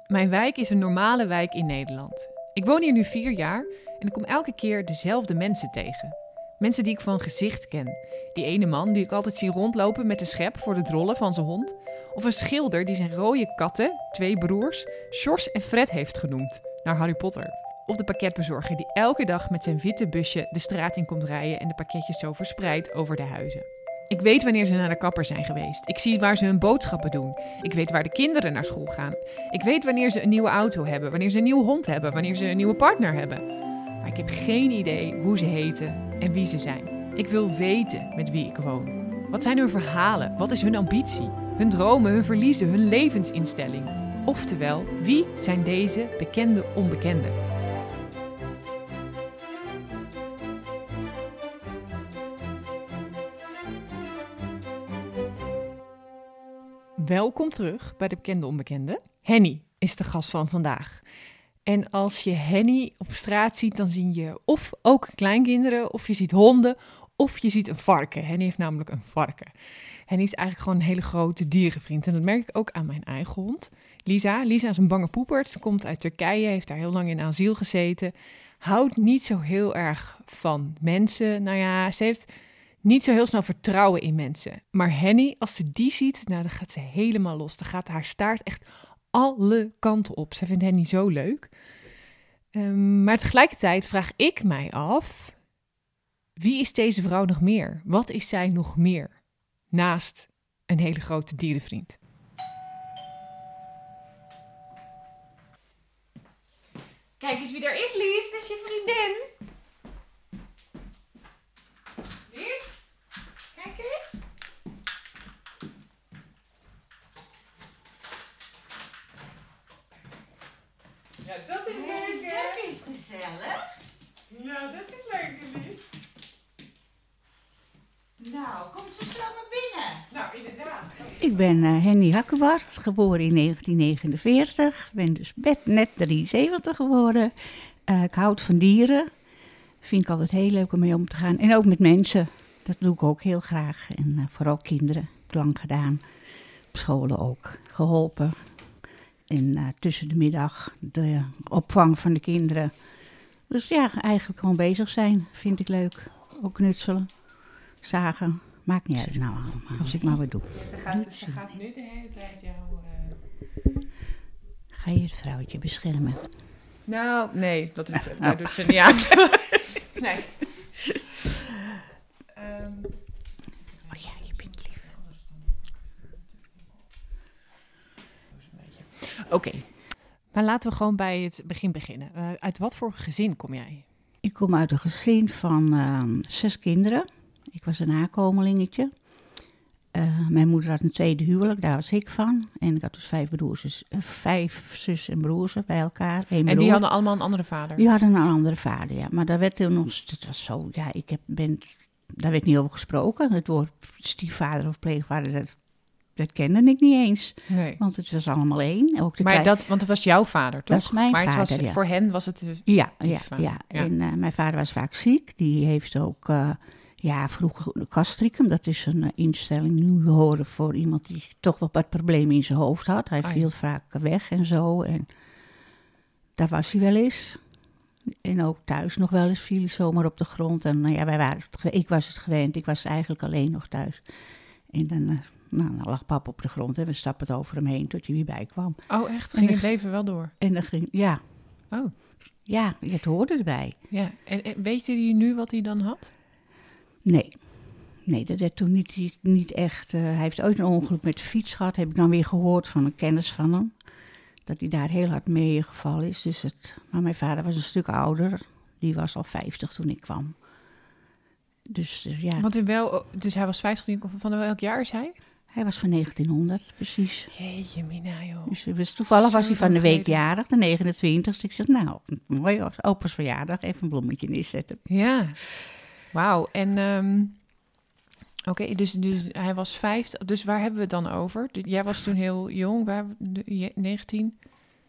Mijn wijk is een normale wijk in Nederland. Ik woon hier nu 4 jaar en ik kom elke keer dezelfde mensen tegen. Mensen die ik van gezicht ken. Die ene man die ik altijd zie rondlopen met de schep voor de drollen van zijn hond. Of een schilder die zijn rode katten, 2 broers, Sjors en Fred heeft genoemd, naar Harry Potter. Of de pakketbezorger die elke dag met zijn witte busje de straat in komt rijden en de pakketjes zo verspreidt over de huizen. Ik weet wanneer ze naar de kapper zijn geweest. Ik zie waar ze hun boodschappen doen. Ik weet waar de kinderen naar school gaan. Ik weet wanneer ze een nieuwe auto hebben, wanneer ze een nieuwe hond hebben, wanneer ze een nieuwe partner hebben. Maar ik heb geen idee hoe ze heten en wie ze zijn. Ik wil weten met wie ik woon. Wat zijn hun verhalen? Wat is hun ambitie? Hun dromen, hun verliezen, hun levensinstelling? Oftewel, wie zijn deze bekende onbekenden? Welkom terug bij de Bekende Onbekende. Henny is de gast van vandaag. En als je Henny op straat ziet, dan zie je of ook kleinkinderen, of je ziet honden, of je ziet een varken. Henny heeft namelijk een varken. Henny is eigenlijk gewoon een hele grote dierenvriend. En dat merk ik ook aan mijn eigen hond. Lisa is een bange poepert. Ze komt uit Turkije, heeft daar heel lang in asiel gezeten. Houdt niet zo heel erg van mensen. Nou ja, ze heeft niet zo heel snel vertrouwen in mensen. Maar Henny, als ze die ziet, nou, dan gaat ze helemaal los. Dan gaat haar staart echt alle kanten op. Zij vindt Henny zo leuk. Maar tegelijkertijd vraag ik mij af, wie is deze vrouw nog meer? Wat is zij nog meer? Naast een hele grote dierenvriend. Kijk eens wie er is, Lies. Dat is je vriendin. Lies, kijk eens. Ja, dat is leuk, hè? Dat is gezellig. Ja, dat is leuk, Lies. Nou, kom zo snel maar binnen. Nou, inderdaad. Ik ben Henny Hakkebart, geboren in 1949. Ben dus net 73 geworden. Ik houd van dieren. Vind ik altijd heel leuk om mee om te gaan. En ook met mensen. Dat doe ik ook heel graag. En vooral kinderen. Heb ik lang gedaan. Op scholen ook. Geholpen. En tussen de middag de opvang van de kinderen. Dus ja, eigenlijk gewoon bezig zijn. Vind ik leuk. Ook knutselen. Zagen. Maakt niet uit nou allemaal. Als ik maar wat doe. Ja, ze gaat nu de hele tijd jou... Ga je het vrouwtje beschermen? Nou, nee, daar doet ze niet aan. Nee. Oh ja, je bent lief. Oké. Maar laten we gewoon bij het begin beginnen. Uit wat voor gezin kom jij? Ik kom uit een gezin van 6 kinderen. Ik was een nakomelingetje. Mijn moeder had een tweede huwelijk, daar was ik van. En ik had dus 5 broers, dus 5 zus en broers bij elkaar. En die hadden allemaal een andere vader? Die hadden een andere vader, ja. Maar daar werd toen ons, dat was zo, ja, daar werd niet over gesproken. Het woord stiefvader of pleegvader, dat kende ik niet eens. Nee. Want het was allemaal één. Ook Want dat was jouw vader, toch? Dat is mijn vader, het was, ja. Voor hen was het dus Ja. stiefvader. En mijn vader was vaak ziek. Die heeft ook vroeger de castricum. Dat is een instelling nu horen voor iemand die toch wel wat problemen in zijn hoofd had. Hij viel vaak weg en zo. En daar was hij wel eens. En ook thuis nog wel eens viel hij zomaar op de grond. En ik was het gewend. Ik was eigenlijk alleen nog thuis. En dan lag pap op de grond en we stappen het over hem heen tot hij weer bij kwam. Oh, echt? Ging het leven wel door? En dan ging, ja. Oh. Ja, het hoorde erbij. Ja, en weet je nu wat hij dan had? Nee, dat werd toen niet echt. Hij heeft ooit een ongeluk met de fiets gehad. Heb ik dan weer gehoord van een kennis van hem. Dat hij daar heel hard mee gevallen is. Maar mijn vader was een stuk ouder. Die was al 50 toen ik kwam. Dus ja. Dus hij was 50, van welk jaar is hij? Hij was van 1900, precies. Jeetje mina, joh. Dus toevallig was hij van de week jarig, de 29. Dus ik zeg, nou, mooi, opa's verjaardag, even een bloemetje neerzetten. Ja, wauw. En oké, dus hij was 50. Dus waar hebben we het dan over? Jij was toen heel jong, 19?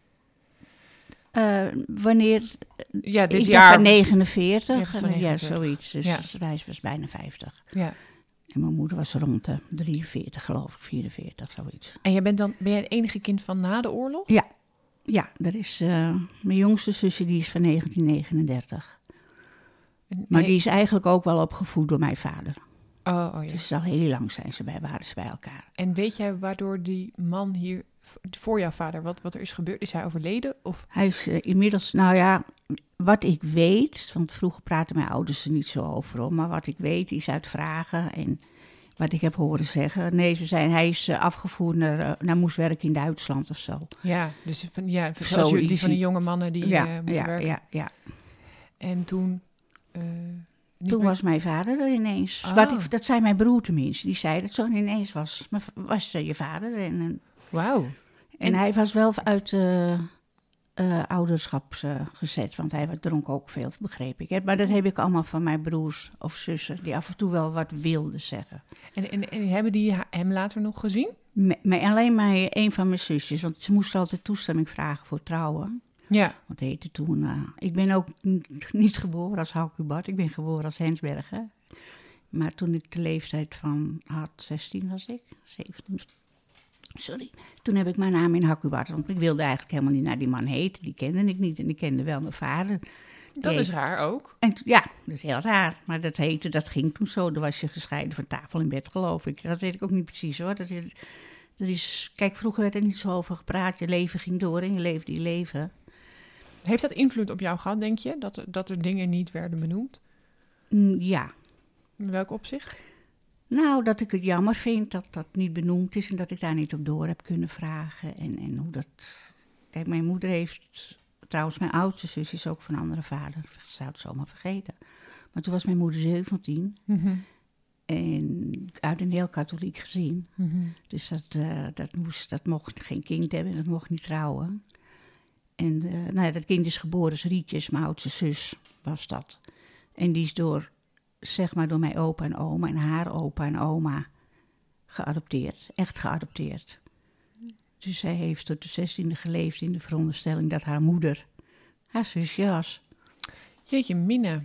Wanneer? Ja, dit ik jaar. ben van 49. Ja, zoiets. Dus ja. hij was bijna 50. Ja. En mijn moeder was rond de 43, geloof ik, 44, zoiets. En ben jij het enige kind van na de oorlog? Ja. Ja, dat is mijn jongste zusje, die is van 1939. Maar die is eigenlijk ook wel opgevoed door mijn vader. Oh ja. Dus al heel lang waren ze bij elkaar. En weet jij waardoor die man hier voor jouw vader, wat er is gebeurd? Is hij overleden? Of? Hij is inmiddels, nou ja, wat ik weet, want vroeger praten mijn ouders er niet zo over, hoor, maar wat ik weet is uit vragen en wat ik heb horen zeggen. Nee, hij is afgevoerd naar moest werken in Duitsland of zo. Ja, dus zoals die van die jonge mannen die moeten werken. Ja. En toen... Toen was mijn vader er ineens. Dat zei mijn broer tenminste. Die zei dat zo ineens was je vader. Wauw. En hij was wel uit ouderschap gezet. Want hij dronk ook veel, begreep ik. Maar dat heb ik allemaal van mijn broers of zussen. Die af en toe wel wat wilden zeggen. En hebben die hem later nog gezien? Alleen een van mijn zusjes. Want ze moest altijd toestemming vragen voor trouwen. Ja. Want heette toen... ik ben ook niet geboren als Hauke Bart. Ik ben geboren als Hensberger. Maar toen ik de leeftijd van had, 16 was ik, 17... Sorry. Toen heb ik mijn naam in Hauke Bart. Want ik wilde eigenlijk helemaal niet naar die man heten. Die kende ik niet. En ik kende wel mijn vader. Dat is raar ook. En, ja, dat is heel raar. Maar dat ging toen zo. Dan was je gescheiden van tafel in bed, geloof ik. Dat weet ik ook niet precies, hoor. Kijk, vroeger werd er niet zo over gepraat. Je leven ging door en je leefde je leven. Heeft dat invloed op jou gehad, denk je? Dat er dingen niet werden benoemd? Ja. In welk opzicht? Nou, dat ik het jammer vind dat dat niet benoemd is en dat ik daar niet op door heb kunnen vragen. En hoe dat... Kijk, mijn moeder heeft... Trouwens, mijn oudste zus is ook van een andere vader. Ik zou het zomaar vergeten. Maar toen was mijn moeder 17. Mm-hmm. En uit een heel katholiek gezin. Mm-hmm. Dus dat mocht geen kind hebben, dat mocht niet trouwen. En dat kind is geboren als Rietje, mijn oudste zus was dat. En die is door mijn opa en oma en haar opa en oma geadopteerd. Echt geadopteerd. Dus zij heeft tot de 16e geleefd in de veronderstelling dat haar moeder haar zusje was. Jeetje, Mina.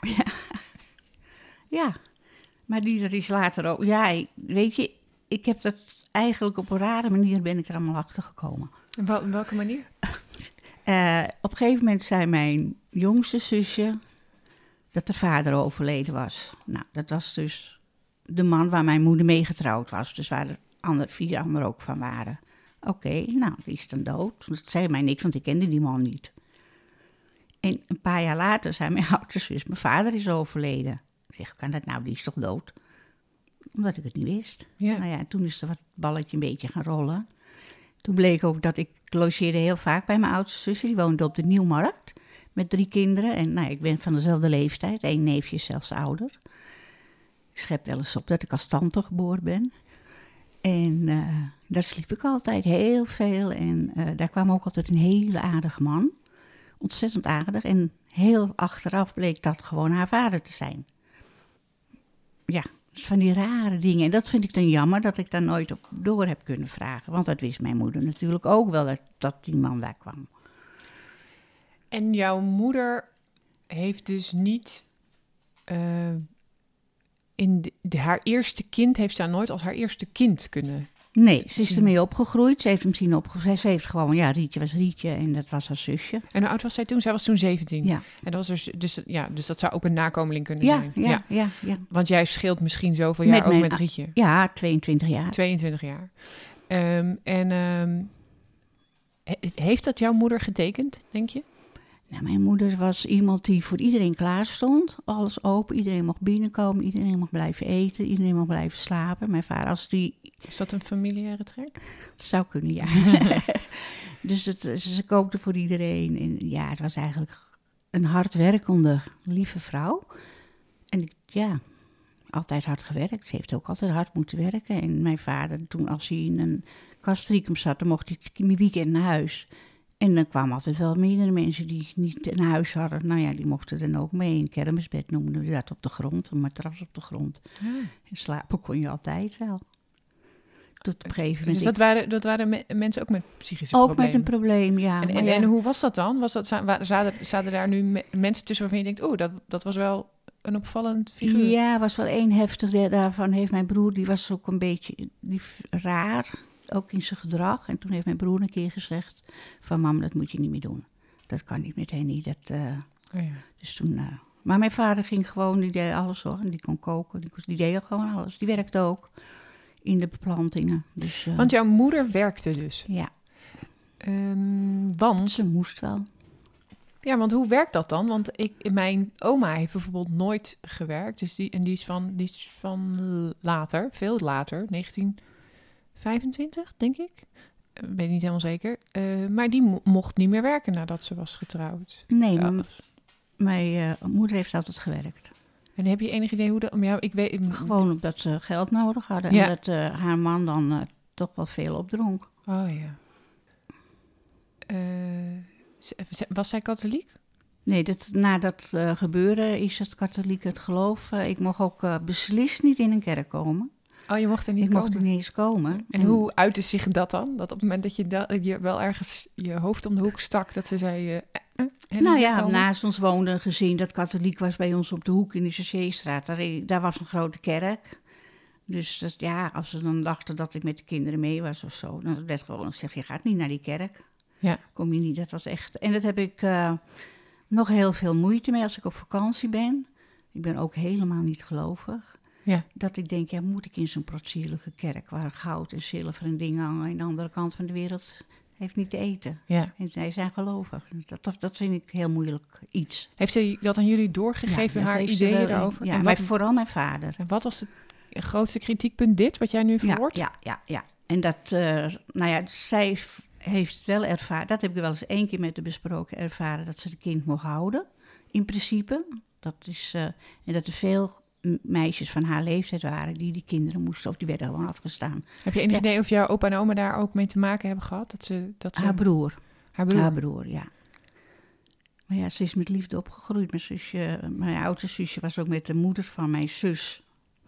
Ja. Maar dat is later ook... Ja, weet je, ik heb dat eigenlijk op een rare manier ben ik er allemaal achter gekomen. In welke manier? Op een gegeven moment zei mijn jongste zusje dat de vader overleden was. Nou, dat was dus de man waar mijn moeder mee getrouwd was. Dus waar er 4 anderen ook van waren. Oké, nou, die is dan dood. Dat zei mij niks, want ik kende die man niet. En een paar jaar later zei mijn oudste zus, mijn vader is overleden. Ik zeg, hoe kan dat nou? Die is toch dood? Omdat ik het niet wist. Ja. Nou ja, toen is er wat balletje een beetje gaan rollen. Toen bleek ook dat ik logeerde heel vaak bij mijn oudste zusje. Die woonde op de Nieuwmarkt met 3 kinderen. En ik ben van dezelfde leeftijd. 1 neefje is zelfs ouder. Ik schep wel eens op dat ik als tante geboren ben. En daar sliep ik altijd heel veel. En daar kwam ook altijd een hele aardige man. Ontzettend aardig. En heel achteraf bleek dat gewoon haar vader te zijn. Ja, van die rare dingen. En dat vind ik dan jammer dat ik daar nooit op door heb kunnen vragen. Want dat wist mijn moeder natuurlijk ook wel, dat die man daar kwam. En jouw moeder heeft dus niet... haar eerste kind heeft ze nooit als haar eerste kind kunnen... Nee, ze is ermee opgegroeid. Ze heeft hem zien opgegroeid. Ze heeft gewoon, Rietje was Rietje en dat was haar zusje. En hoe oud was zij toen? Zij was toen 17. Ja. En dat was dus dat zou ook een nakomeling kunnen zijn. Ja. Want jij scheelt misschien zoveel jaar ook met Rietje. Ja, 22 jaar. 22 jaar. Heeft dat jouw moeder getekend, denk je? Nou, mijn moeder was iemand die voor iedereen klaar stond. Alles open, iedereen mocht binnenkomen, iedereen mocht blijven eten, iedereen mocht blijven slapen. Mijn vader, Is dat een familiaire trek? Dat zou kunnen, ja. Dus ze kookte voor iedereen. En ja, het was eigenlijk een hardwerkende, lieve vrouw. En altijd hard gewerkt. Ze heeft ook altijd hard moeten werken. En mijn vader, toen als hij in een kastricum zat, dan mocht hij in weekend naar huis. En dan kwamen altijd wel meerdere mensen die niet een huis hadden. Nou ja, die mochten dan ook mee. Een kermisbed noemden we dat op de grond, een matras op de grond. Ja. En slapen kon je altijd wel. Tot op een gegeven moment. Dus dat waren mensen ook met psychische problemen? Ook met een probleem, ja. En hoe was dat dan? Zaten daar nu mensen tussen waarvan je denkt... dat was wel een opvallend figuur? Ja, was wel één heftig. Daarvan heeft mijn broer, die was ook een beetje raar. veranderd, ook in zijn gedrag. En toen heeft mijn broer een keer gezegd van mam, dat moet je niet meer doen. Dat kan niet met Henny. Dus toen... maar mijn vader ging gewoon, die deed alles hoor. Die kon koken, die deed gewoon alles. Die werkte ook in de beplantingen. Dus, Want jouw moeder werkte dus? Ja. Want... Ze moest wel. Ja, want hoe werkt dat dan? Want mijn oma heeft bijvoorbeeld nooit gewerkt. Dus die is van later, veel later, 1925, denk ik. Ben niet helemaal zeker. Maar die mocht niet meer werken nadat ze was getrouwd. Nee, Ja. mijn moeder heeft altijd gewerkt. En heb je enig idee hoe dat... Ja, ik weet... Gewoon omdat ze geld nodig hadden. Ja. En dat haar man dan toch wel veel opdronk. Oh ja. Was zij katholiek? Nee, na dat gebeuren is het katholiek het geloof. Ik mocht ook beslist niet in een kerk komen. Oh, je mocht er niet Ik komen? mocht er niet eens komen. En hoe uitte zich dat dan? Dat op het moment dat je wel ergens je hoofd om de hoek stak, dat ze zei... Nou ja, naast ons woonde een gezin dat katholiek was bij ons op de hoek in de Chasséstraat. Daar was een grote kerk. Dus dat, ja, als ze dan dachten dat ik met de kinderen mee was of zo, dan werd gewoon gezegd, je gaat niet naar die kerk. Ja. Kom je niet, dat was echt... En dat heb ik nog heel veel moeite mee als ik op vakantie ben. Ik ben ook helemaal niet gelovig. Ja. Dat ik denk, ja, moet ik in zo'n protsierlijke kerk waar goud en zilver en dingen hangen aan de andere kant van de wereld heeft niet te eten. Ja. En zij zijn gelovig. Dat vind ik heel moeilijk iets. Heeft ze dat aan jullie doorgegeven, Ja, dat haar heeft ze ideeën wel- daarover? Ja, En maar wat, vooral mijn vader. en wat was het grootste kritiekpunt wat jij nu verhoort? Ja. En dat, zij heeft het wel ervaren, dat heb ik wel eens 1 keer met haar besproken, ervaren dat ze het kind mocht houden, in principe. Dat is, en dat er veel meisjes van haar leeftijd waren die kinderen moesten, of die werden gewoon afgestaan. Heb je enig idee of jouw opa en oma daar ook mee te maken hebben gehad? Dat ze Haar broer. Haar broer? Haar broer, ja. Maar ja, ze is met liefde opgegroeid. Mijn oudste zusje was ook met de moeder van mijn zus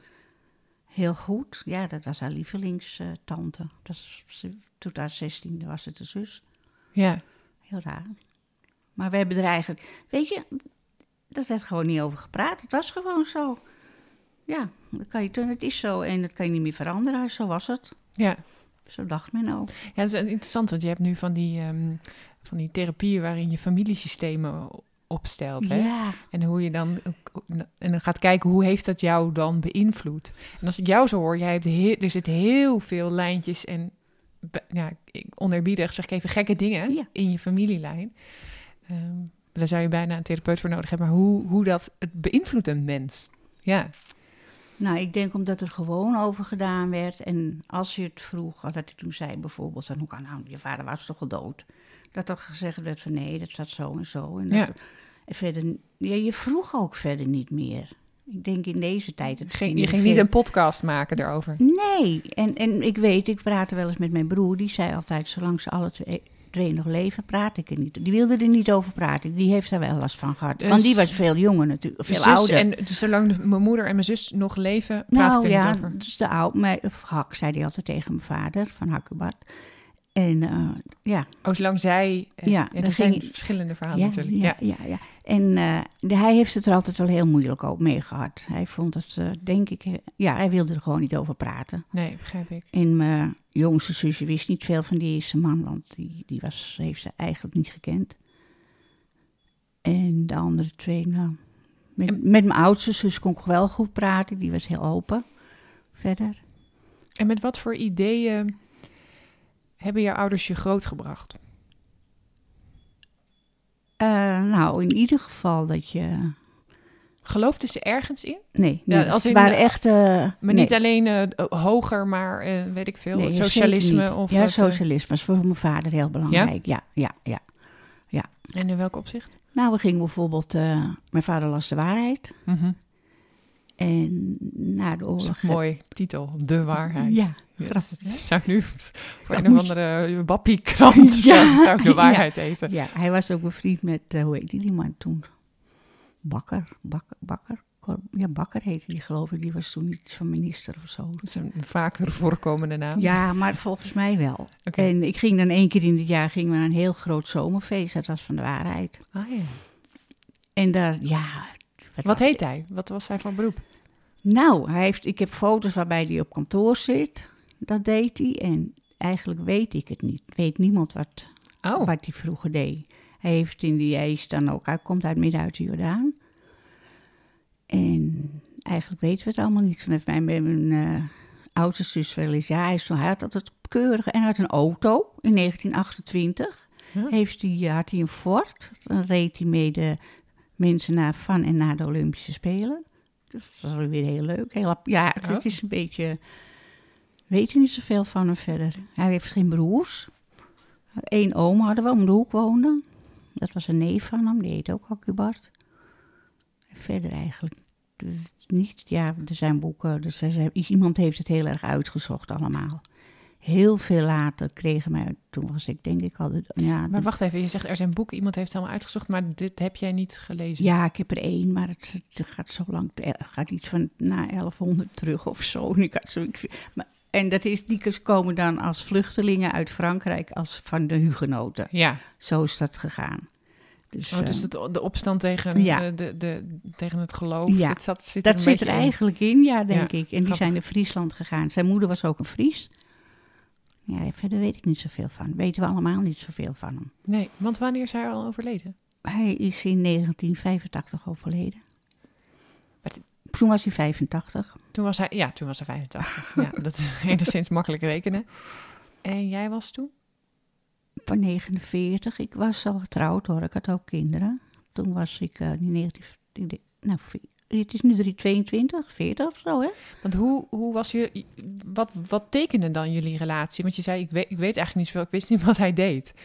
heel goed. Ja, dat was haar lievelingstante. Toen haar 16e was het de zus. Ja. Heel raar. Maar we hebben er eigenlijk... Weet je, dat werd gewoon niet over gepraat. Het was gewoon zo. Ja, het is zo en dat kan je niet meer veranderen. Zo was het. Ja. Zo dacht men ook. Ja, dat is interessant, want je hebt nu van die therapieën waarin je familiesystemen opstelt. Hè? Ja. En hoe je dan gaat kijken, hoe heeft dat jou dan beïnvloed? En als ik jou zo hoor, er zit heel veel lijntjes en oneerbiedig, zeg ik even, gekke dingen in je familielijn. Daar zou je bijna een therapeut voor nodig hebben. Maar hoe dat het beïnvloedt een mens. Ja. Nou, ik denk omdat er gewoon over gedaan werd. En als je het vroeg, dat hij toen zei bijvoorbeeld, van, hoe kan nou, je vader was toch al dood? Dat er gezegd werd van nee, dat zat zo en zo. En Ja. Verder, je vroeg ook verder niet meer. Ik denk in deze tijd... Je ging niet een podcast maken daarover? Nee, en ik praatte wel eens met mijn broer. Die zei altijd, zolang ze alle twee nog leven, praat ik er niet. Die wilde er niet over praten. Die heeft daar wel last van gehad. Dus, want die was veel jonger natuurlijk, veel ouder. En dus zolang mijn moeder en mijn zus nog leven, praat ik er niet over? Dus de oude, Hak zei hij altijd tegen mijn vader, van Hakkebart. En zolang zij... er zijn verschillende verhalen natuurlijk. Ja. En hij heeft het er altijd wel heel moeilijk ook mee gehad. Hij vond het, denk ik... hij wilde er gewoon niet over praten. Nee, begrijp ik. En mijn jongste zusje wist niet veel van die eerste man, want die heeft ze eigenlijk niet gekend. En de andere twee, met mijn oudste zus kon ik wel goed praten. Die was heel open. Verder. En met wat voor ideeën hebben jouw ouders je grootgebracht? In ieder geval dat je... Geloofden ze ergens in? Nee, als ze waren echt... maar niet alleen hoger, maar weet ik veel, socialisme? Of socialisme was voor mijn vader heel belangrijk. Ja. En in welk opzicht? Nou, we gingen bijvoorbeeld... mijn vader las de waarheid. Mm-hmm. En na de oorlog... Dat is een mooi titel, De Waarheid. Ja, dat zou nu voor een of andere wappiekrant zou ik De Waarheid eten. Ja, hij was ook bevriend met, hoe heet die man toen? Bakker. Ja, Bakker heette die, geloof ik. Die was toen iets van minister of zo. Dat is een vaker voorkomende naam. Ja, maar volgens mij wel. Okay. En ik ging dan 1 keer in het jaar naar een heel groot zomerfeest. Dat was van de waarheid. Ah ja. En daar, Wat heet hij? Wat was hij van beroep? Nou, ik heb foto's waarbij hij op kantoor zit. Dat deed hij. En eigenlijk weet ik het niet. Weet niemand wat hij vroeger deed. Hij komt uit Jordaan. En eigenlijk weten we het allemaal niet. Met mijn oudste zus wel eens. Ja, hij had altijd keurig. En hij had een auto in 1928. Ja. Had hij een Ford. Dan reed hij mee de mensen van en naar de Olympische Spelen. Dus dat was weer heel leuk. Het is een beetje... Weet je niet zoveel van hem verder. Hij heeft geen broers. 1 oom hadden we, om de hoek woonde. Dat was een neef van hem, die heet ook Accubart. Verder eigenlijk niet. Ja, er zijn boeken. Iemand heeft het heel erg uitgezocht allemaal. Heel veel later kregen wij... Toen was ik denk ik al... Maar wacht even, je zegt er zijn boeken. Iemand heeft het helemaal uitgezocht, maar dit heb jij niet gelezen? Ja, ik heb er 1, maar het gaat zo lang... Het gaat iets van na 1100 terug of zo. En die komen dan als vluchtelingen uit Frankrijk als van de hugenoten. Ja. Zo is dat gegaan. Dus de opstand tegen, tegen het geloof, ja, dat zit er eigenlijk in, denk ik. En die zijn naar Friesland gegaan. Zijn moeder was ook een Fries. Ja, verder weet ik niet zoveel van. Weten we allemaal niet zoveel van hem. Nee, want wanneer is hij al overleden? Hij is in 1985 overleden. Toen was hij 85. Toen was hij 85. Ja, dat is enigszins makkelijk rekenen. En jij was toen? Van 49. Ik was al getrouwd hoor. Ik had ook kinderen. Toen was ik het is nu 22, 40 of zo, hè? Want hoe was wat tekende dan jullie relatie? Want je zei, ik weet eigenlijk niet zoveel. Ik wist niet wat hij deed.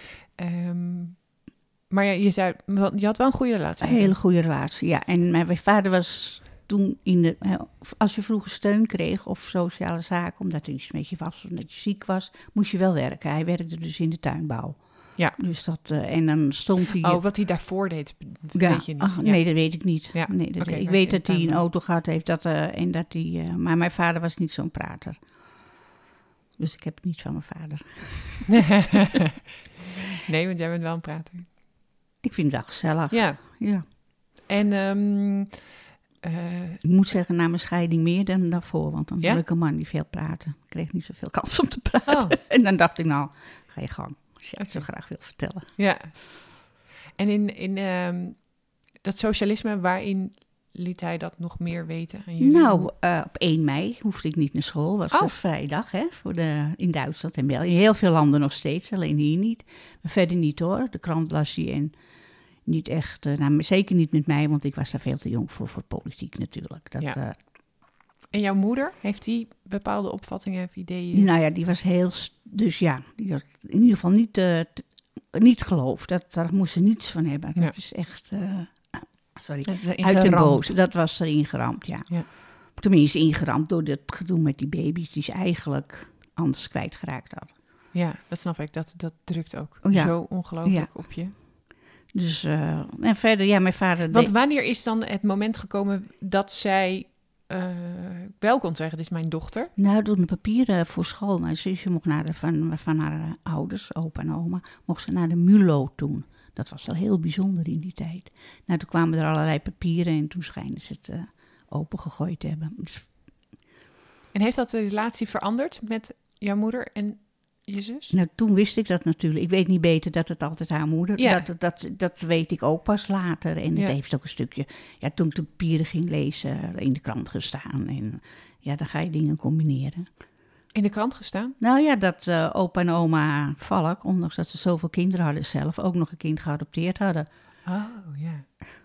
Maar je zei, je had wel een goede relatie. Een hele goede relatie, ja. En mijn vader was toen als je vroeger steun kreeg of sociale zaken, omdat er iets met je was, omdat je ziek was, moest je wel werken. Hij werkte dus in de tuinbouw. Ja. Dus en dan stond hij... wat hij daarvoor deed, weet je niet. Nee, dat weet ik niet. Ja. Nee, ik weet dat hij een auto gehad heeft, maar mijn vader was niet zo'n prater. Dus ik heb het niet van mijn vader. Nee, want jij bent wel een prater. Ik vind het wel gezellig. Ja. En... ik moet zeggen, na mijn scheiding meer dan daarvoor. Want dan wil ik een man die veel praten. Ik kreeg niet zoveel kans om te praten. En dan dacht ik, ga je gang. Als je het zo graag wil vertellen. Ja. En in dat socialisme, waarin liet hij dat nog meer weten aan jullie? Op 1 mei hoefde ik niet naar school. Was een vrijdag in Duitsland en België. In heel veel landen nog steeds, alleen hier niet. Maar verder niet hoor. De krant las hij en... Niet echt, zeker niet met mij, want ik was daar veel te jong voor politiek natuurlijk. En jouw moeder, heeft die bepaalde opvattingen of ideeën? Die was heel... Dus ja, die had in ieder geval niet geloofd. Daar moest ze niets van hebben. Dat is echt... uit de boos. Dat was er ingeramd, ja. Tenminste ingeramd door het gedoe met die baby's die ze eigenlijk anders kwijtgeraakt had. Ja, dat snap ik. Dat drukt ook zo ongelooflijk op je. Dus, en verder, mijn vader... Want wanneer is dan het moment gekomen dat zij wel kon zeggen, dit is mijn dochter? Door de papieren voor school. Mijn zusje mocht van haar ouders, opa en oma, mocht ze naar de MULO toen. Dat was wel heel bijzonder in die tijd. Toen kwamen er allerlei papieren en toen schijnen ze het opengegooid te hebben. Dus... En heeft dat de relatie veranderd met jouw moeder en je zus? Toen wist ik dat natuurlijk. Ik weet niet beter dat het altijd haar moeder... Ja. Dat weet ik ook pas later. En het heeft ook een stukje... Ja, toen ik de papieren ging lezen, in de krant gestaan. En dan ga je dingen combineren. In de krant gestaan? Dat opa en oma Valk, ondanks dat ze zoveel kinderen hadden zelf, ook nog een kind geadopteerd hadden. Oh, ja.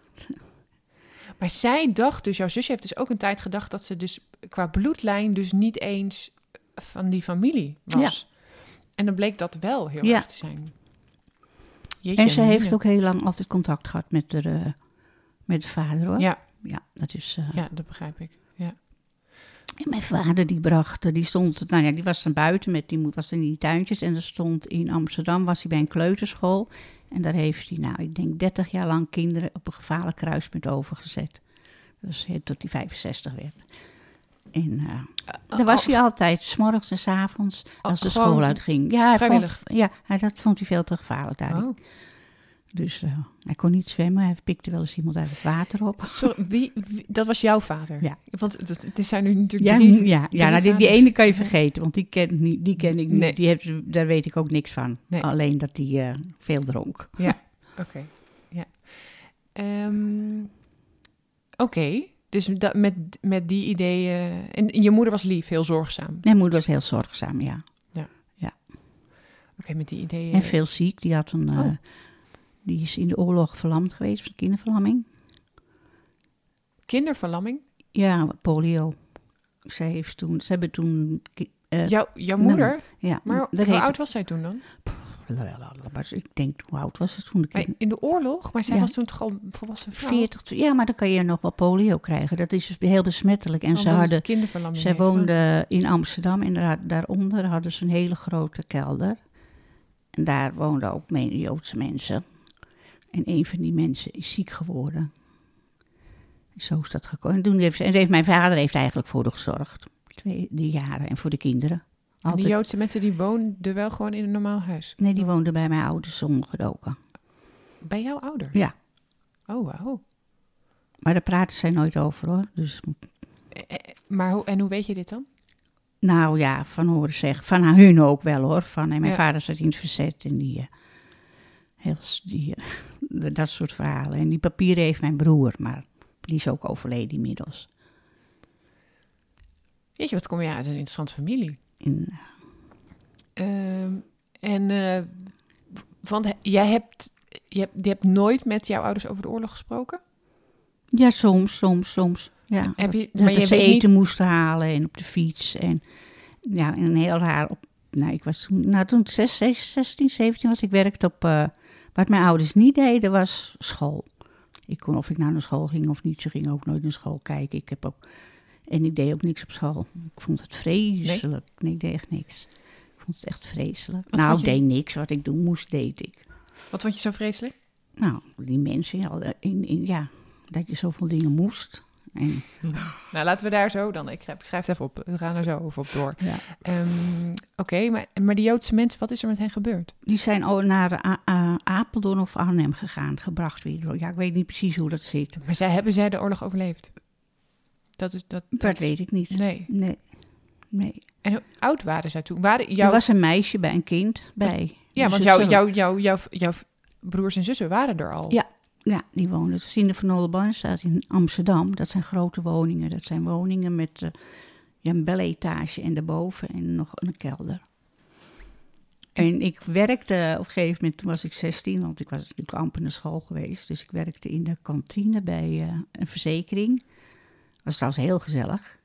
Maar zij dacht dus, jouw zusje heeft dus ook een tijd gedacht dat ze dus qua bloedlijn dus niet eens van die familie was. Ja. En dan bleek dat wel heel erg te zijn. Jeetje, en ze heeft ook heel lang altijd contact gehad met de vader, hoor. Ja. Ja, dat is... ja, dat begrijp ik. Ja. En mijn vader die stond... die was dan buiten, was in die tuintjes. En er stond in Amsterdam, was hij bij een kleuterschool. En daar heeft hij, ik denk 30 jaar lang kinderen op een gevaarlijk kruispunt overgezet. Dus tot hij 65 werd. En daar was hij altijd, 's morgens en 's avonds, als de school uitging. Ja, dat vond hij veel te gevaarlijk daar. Dus hij kon niet zwemmen. Hij pikte wel eens iemand uit het water op. Sorry, wie, dat was jouw vader? Ja. Want het zijn nu natuurlijk drie. Ja, nou, die vaders. ene kan je vergeten, want die ken ik niet. Nee. Daar weet ik ook niks van. Nee. Alleen dat hij veel dronk. Ja, oké. Ja. Oké, dus met die ideeën... En je moeder was lief, heel zorgzaam. Mijn moeder was heel zorgzaam, ja. Oké, met die ideeën... En veel ziek. Die had die is in de oorlog verlamd geweest, van kinderverlamming. Kinderverlamming? Ja, polio. Ze hebben toen... Jouw moeder? Ja. Maar hoe oud was zij toen dan? Ik denk, hoe oud was ze toen? In de oorlog? Maar zij was toen toch al volwassen vrouw? 40. Ja, maar dan kan je nog wel polio krijgen. Dat is dus heel besmettelijk. En zij woonden in Amsterdam en daaronder hadden ze een hele grote kelder. En daar woonden ook Joodse mensen. En een van die mensen is ziek geworden. Zo is dat gekomen. Mijn vader heeft eigenlijk voor haar gezorgd. Die jaren. En voor de kinderen. En die Joodse mensen die woonden wel gewoon in een normaal huis? Nee, die woonden bij mijn ouders ondergedoken. Bij jouw ouders? Ja. Oh, wauw. Maar daar praten zij nooit over, hoor. Dus... Maar hoe weet je dit dan? Nou ja, van horen zeggen. Van hun ook wel, hoor. Mijn vader zat in het verzet en dat soort verhalen. En die papieren heeft mijn broer, maar die is ook overleden inmiddels. Weet je, wat kom je uit een interessante familie? Want je hebt nooit met jouw ouders over de oorlog gesproken? Ja, soms. Ja. Dat ze eten moesten halen en op de fiets. En ja, een heel raar... ik was toen 16, 17 was. Ik werkte op... wat mijn ouders niet deden, was school. Of ik nou naar school ging of niet. Ze gingen ook nooit naar school kijken. En ik deed ook niks op school. Ik vond het vreselijk. Nee, ik deed echt niks. Ik vond het echt vreselijk. Ik deed niks. Wat ik doen moest, deed ik. Wat vond je zo vreselijk? Nou, die mensen, dat je zoveel dingen moest. Nou, laten we daar zo dan... Ik schrijf het even op. We gaan er zo over op door. Ja. Oké, maar die Joodse mensen, wat is er met hen gebeurd? Die zijn naar Apeldoorn of Arnhem gebracht weer. Ja, ik weet niet precies hoe dat zit. Maar hebben zij de oorlog overleefd? Dat weet ik niet. Nee. En hoe oud waren zij toen? Er was een meisje bij een kind bij. Ja, want jouw broers en zussen waren er al. Ja, die woonden. Het is in de Van Oldenbarnstraat in Amsterdam. Dat zijn grote woningen. Dat zijn woningen met een beletage en daarboven en nog een kelder. En ik werkte op een gegeven moment, toen was ik 16, want ik was natuurlijk amper naar school geweest. Dus ik werkte in de kantine bij een verzekering. Dat was trouwens heel gezellig.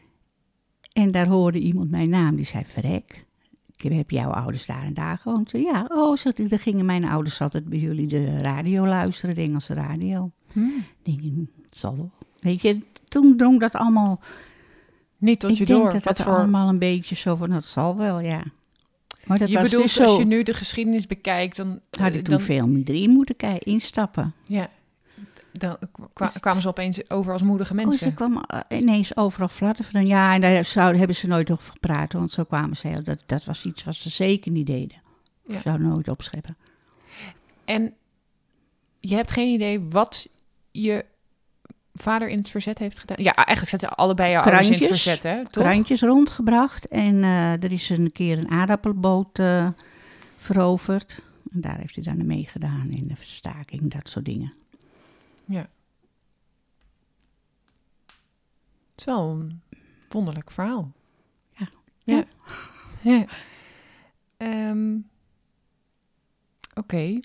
En daar hoorde iemand mijn naam, die zei, verrek, heb jouw ouders daar en daar gewoond? Ja, dan gingen mijn ouders altijd bij jullie de radio luisteren, de Engelse radio. Ik denk, het zal wel. Weet je, toen drong dat allemaal... Niet tot je door. Ik denk dat het allemaal een beetje zo van, dat zal wel, ja. Maar dat je was bedoelt, dus als zo, je nu de geschiedenis bekijkt, dan... Had ik toen veel meer in moeten instappen. Ja. Dan kwamen ze opeens over als moedige mensen. Ze kwamen ineens overal fladderen. Ja, en daar hebben ze nooit over gepraat. Want zo kwamen ze. Dat was iets wat ze zeker niet deden. Ja. Ze zouden nooit opscheppen. En je hebt geen idee wat je vader in het verzet heeft gedaan? Ja, eigenlijk zaten allebei jouw ouders in het verzet, hè? Toch? Krantjes rondgebracht. En er is een keer een aardappelboot veroverd. En daar heeft hij dan mee gedaan in de staking, dat soort dingen. Ja. Het is wel een wonderlijk verhaal. Ja. Oké.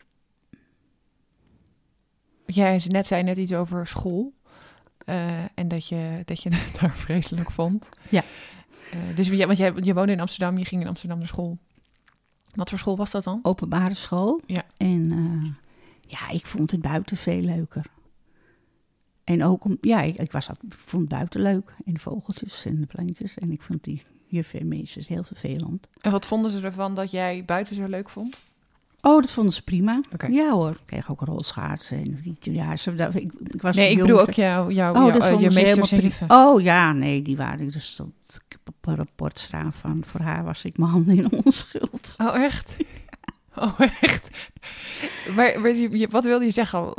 Jij zei net iets over school. En dat je het daar vreselijk vond. Ja. Dus je woonde in Amsterdam, je ging in Amsterdam naar school. Wat voor school was dat dan? Openbare school. Ja. En ik vond het buiten veel leuker. En ook, ik vond het buiten leuk. En de vogeltjes en de plantjes. En ik vond die juffen en meesters heel vervelend. En wat vonden ze ervan dat jij buiten zo leuk vond? Oh, dat vonden ze prima. Okay. Ja hoor, ik kreeg ook rolschaatsen. En ik was ik bedoel ook je meesters en juffen. Oh ja, nee, die waren... Dus ik heb op een rapport staan van... Voor haar was ik mijn handen in onschuld. Oh, echt? Oh, echt? Maar wat wilde je zeggen?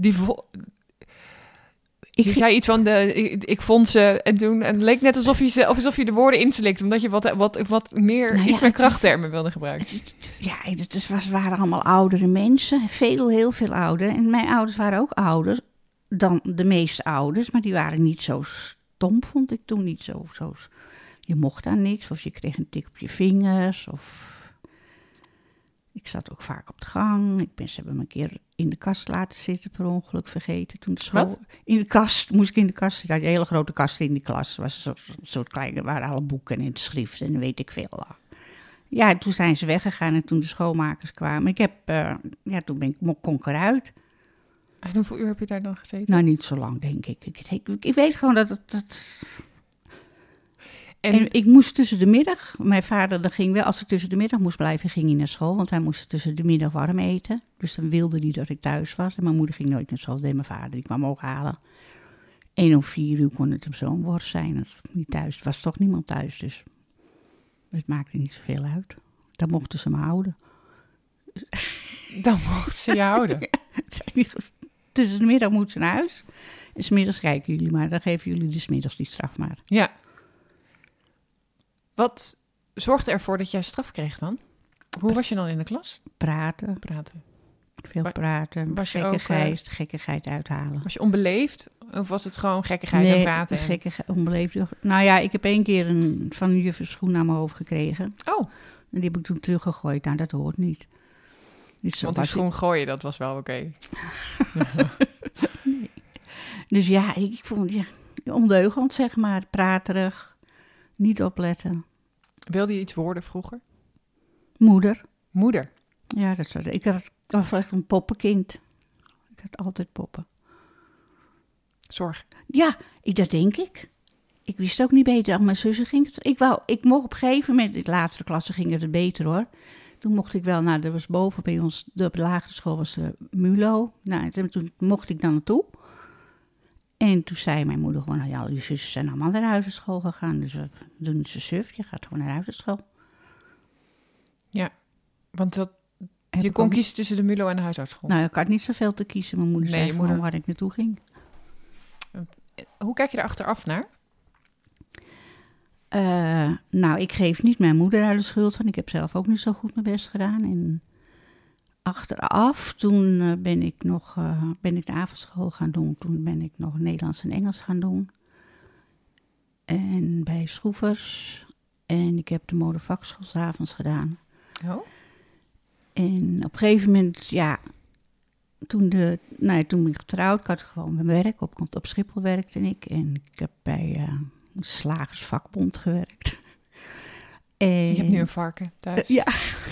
Je zei iets van, ik vond ze en toen... En het leek net alsof je de woorden inslikt... omdat je wat meer, Nou ja, iets meer krachttermen wilde gebruiken. Ja, het waren allemaal oudere mensen. Heel veel ouder. En mijn ouders waren ook ouder dan de meeste ouders. Maar die waren niet zo stom, vond ik toen. Niet zo je mocht aan niks. Of je kreeg een tik op je vingers. Of... Ik zat ook vaak op de gang. Ze hebben me een keer in de kast laten zitten, per ongeluk vergeten. Toen de school... Wat? In de kast, moest ik in de kast zitten. Had je hele grote kasten in die klas. Was een soort kleine, waren alle boeken en het schrift en weet ik veel. Ja, en toen zijn ze weggegaan en toen de schoonmakers kwamen. Toen kon ik eruit. En hoeveel uur heb je daar dan gezeten? Nou, niet zo lang, denk ik. Ik weet gewoon dat het... En ik moest tussen de middag, mijn vader ging wel, als ik tussen de middag moest blijven, ging hij naar school. Want wij moesten tussen de middag warm eten. Dus dan wilde hij dat ik thuis was. En mijn moeder ging nooit naar school, dat deed mijn vader. Die kwam ook halen. 1 of 4 uur kon het op zo'n worst zijn. Als niet thuis. Er was toch niemand thuis, dus het maakte niet zoveel uit. Dan mochten ze me houden. Dan mochten ze je houden? Ja, tussen de middag moeten ze naar huis. En 's middags kijken jullie maar. Dan geven jullie de 's middags die straf maar. Ja. Wat zorgde ervoor dat jij straf kreeg dan? Hoe was je dan in de klas? Praten. Veel praten. Was je gekkigheid uithalen. Was je onbeleefd? Of was het gewoon gekkigheid en praten? Nee, onbeleefd. Nou ja, ik heb 1 keer van een juf een schoen naar mijn hoofd gekregen. Oh. En die heb ik toen teruggegooid. Nou, dat hoort niet. Dus want die schoen gooien, dat was wel oké. Nee. Dus ja, ik vond ondeugend, zeg maar. Praterig. Niet opletten. Wilde je iets worden vroeger? Moeder? Ja, ik was echt een poppenkind. Ik had altijd poppen. Zorg? Ja, dat denk ik. Ik wist ook niet beter. Al mijn zussen ging het. Ik mocht op een gegeven moment, in de latere klasse ging het beter hoor. Toen mocht ik wel er was boven bij ons, de lagere school was de MULO. Nou, toen mocht ik dan naartoe. En toen zei mijn moeder gewoon, nou ja, die zussen zijn allemaal naar de huisartschool gegaan. Dus we doen het zo suf, je gaat gewoon naar de huisartschool. Ja, want je kon kiezen tussen de MULO en de huisartsschool. Nou, ik had niet zoveel te kiezen. Mijn moeder zei gewoon waar ik naartoe ging. Hoe kijk je er achteraf naar? Nou, ik geef niet mijn moeder daar de schuld van. Ik heb zelf ook niet zo goed mijn best gedaan. En achteraf, toen ben ik de avondschool gaan doen. Toen ben ik nog Nederlands en Engels gaan doen. En bij Schroevers. En ik heb de modevakschool 's avonds gedaan. Oh. En op een gegeven moment, ja, toen ben ik getrouwd. Ik had gewoon mijn werk. Op Schiphol werkte ik. En ik heb bij een slagersvakbond gewerkt. En, je hebt nu een varken thuis. Ja,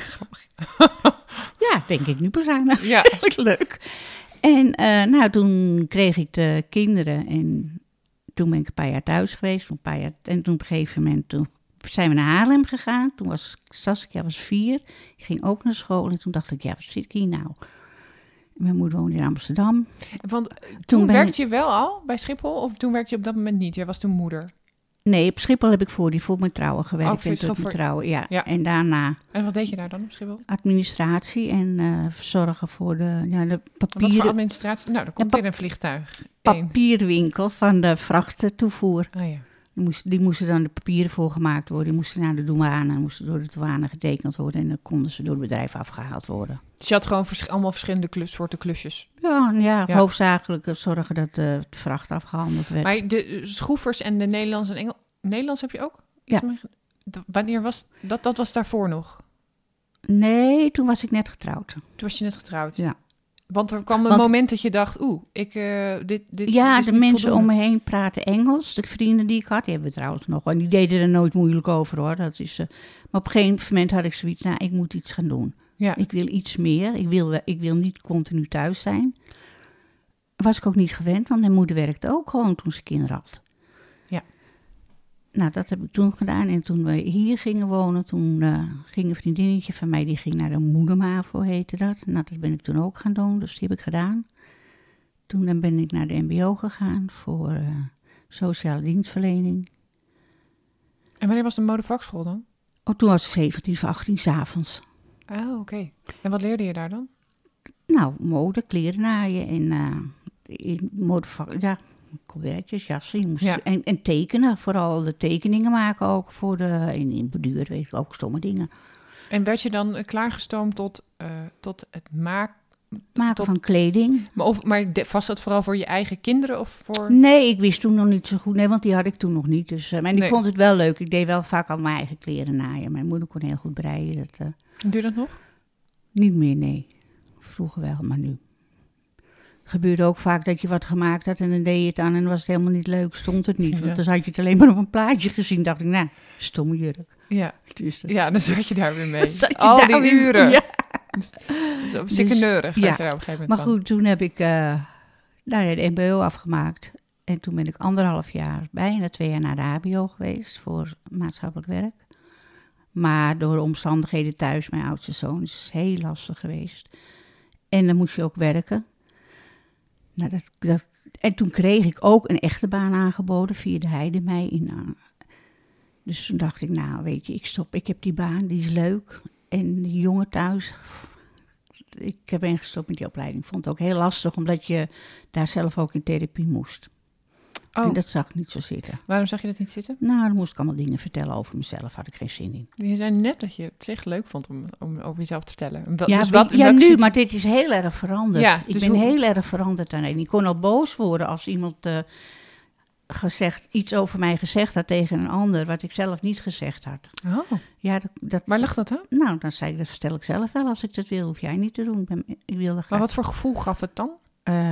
ja, denk ik nu pas aan. Ja. Leuk. En toen kreeg ik de kinderen. En toen ben ik een paar jaar thuis geweest. En toen op een gegeven moment zijn we naar Haarlem gegaan. Toen was Saskia 4. Die ging ook naar school. En toen dacht ik, ja, wat zit ik hier nou? Mijn moeder woonde in Amsterdam. Want toen werkte je wel al bij Schiphol? Of toen werkte je op dat moment niet? Jij was toen moeder? Nee, op Schiphol heb ik voor mijn trouwen gewerkt. Voor mijn trouwen, ja. En daarna... En wat deed je daar dan op Schiphol? Administratie en verzorgen voor de papieren... Wat voor administratie? Nou, dan komt weer een vliegtuig. Papierwinkel van de vrachttoevoer. Oh ja. Die moesten dan de papieren voor gemaakt worden. Die moesten naar de douane. Moesten door de douane getekend worden. En dan konden ze door het bedrijf afgehaald worden. Dus je had gewoon allemaal verschillende soorten klusjes? Ja, hoofdzakelijk zorgen dat de vracht afgehandeld werd. Maar de Schroevers en de Nederlands en Engels... Nederlands heb je ook? Ja. Wanneer was... Dat was daarvoor nog? Nee, toen was ik net getrouwd. Toen was je net getrouwd? Ja. Want er kwam een moment dat je dacht, dit ja, is de niet mensen voldoende. om me heen praten Engels. De vrienden die ik had, die hebben we trouwens nog. En die deden er nooit moeilijk over hoor. Maar op een gegeven moment had ik zoiets, ik moet iets gaan doen. Ja. Ik wil iets meer. Ik wil niet continu thuis zijn. Was ik ook niet gewend, want mijn moeder werkte ook gewoon toen ze kinderen had. Ja. Nou, dat heb ik toen gedaan. En toen we hier gingen wonen, toen ging een vriendinnetje van mij, die ging naar de moedermavo, heette dat. Nou, dat ben ik toen ook gaan doen, dus die heb ik gedaan. Toen ben ik naar de mbo gegaan voor sociale dienstverlening. En wanneer was de modevakschool dan? Oh, toen was ik 17 of 18 's avonds. Oh, oké. En wat leerde je daar dan? Nou, mode, kleren naaien en modevak, ja, colbertjes, jassen. Je moest, Ja. en tekenen, vooral de tekeningen maken ook voor in borduur, weet ik ook, stomme dingen. En werd je dan klaargestoomd tot het maken? Maken van kleding. Maar was dat vooral voor je eigen kinderen of voor... Nee, ik wist toen nog niet zo goed. Nee, want die had ik toen nog niet. Dus, maar ik Nee. vond het wel leuk. Ik deed wel vaak al mijn eigen kleren naaien. Mijn moeder kon heel goed breien. Doe je dat nog? Niet meer, nee. Vroeger wel, maar nu. Het gebeurde ook vaak dat je wat gemaakt had en dan deed je het aan en dan was het helemaal niet leuk. Stond het niet, Ja. want dan had je het alleen maar op een plaatje gezien. Dacht ik, nou, stomme jurk. Ja. Dus Ja, dan zat je daar weer mee. Dan zat je Al daar die weer- uren. Ja. Dus sikkeneurig ja. was je daar op een gegeven moment Maar van. goed, toen heb ik de MBO afgemaakt. En toen ben ik 1,5 jaar, bijna 2 jaar naar de HBO geweest voor maatschappelijk werk. Maar door de omstandigheden thuis, mijn oudste zoon, is het heel lastig geweest. En dan moest je ook werken. Nou, en toen kreeg ik ook een echte baan aangeboden via de Heidemei. Dus toen dacht ik, nou weet je, ik stop. Ik heb die baan, die is leuk. En die jongen thuis, ik ben gestopt met die opleiding. Ik vond het ook heel lastig, omdat je daar zelf ook in therapie moest. Oh, En dat zag ik niet zo zitten. waarom zag je dat niet zitten? Nou, dan moest ik allemaal dingen vertellen over mezelf. Had ik geen zin in. Je zei net dat je het echt leuk vond om over jezelf te vertellen. Ja, Dus ja welke nu, maar dit is heel erg veranderd. Ja, ik dus ben hoe- heel erg veranderd daarin. Ik kon al boos worden als iemand iets over mij gezegd had tegen een ander, wat ik zelf niet gezegd had. Oh, Ja, waar lag dat aan? Nou, dan zei ik, dat vertel ik zelf wel als ik dat wil. Hoef jij niet te doen. Ik wil dat Maar graag. wat voor gevoel gaf het dan?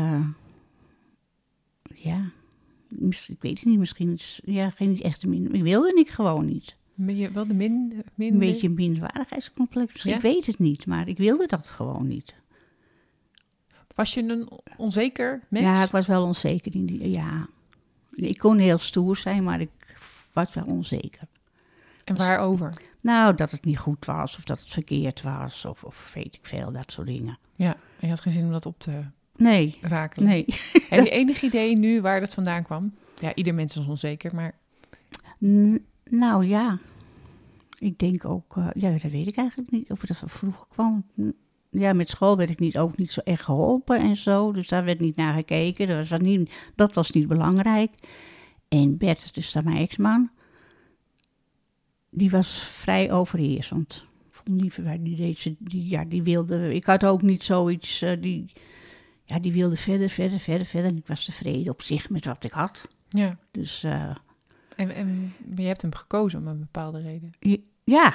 Ja, ik weet het niet. Misschien ja, geen echte ik wilde ik gewoon niet. Je wilde Een minder... beetje een minderwaardigheidscomplex. Misschien, Ja? ik weet het niet, maar ik wilde dat gewoon niet. Was je een onzeker mens? Ja, ik was wel onzeker. Ja. Ik kon heel stoer zijn, maar ik was wel onzeker. En waarover? Nou, dat het niet goed was of dat het verkeerd was of weet ik veel, dat soort dingen. Ja, en je had geen zin om dat op te Nee, rakelen. nee. Heb je enig idee nu waar dat vandaan kwam? Ja, ieder mens is onzeker, maar... Nou ja, ik denk ook, ja, dat weet ik eigenlijk niet of dat van vroeger kwam. Ja, met school werd ik ook niet zo echt geholpen en zo, dus daar werd niet naar gekeken. Dat was niet belangrijk. En Bert, dus dan mijn ex-man, die was vrij overheersend. Ik vond die wilde, ik had ook niet zoiets, die wilde verder. En ik was tevreden op zich met wat ik had. Ja. Dus En je hebt hem gekozen om een bepaalde reden. ja.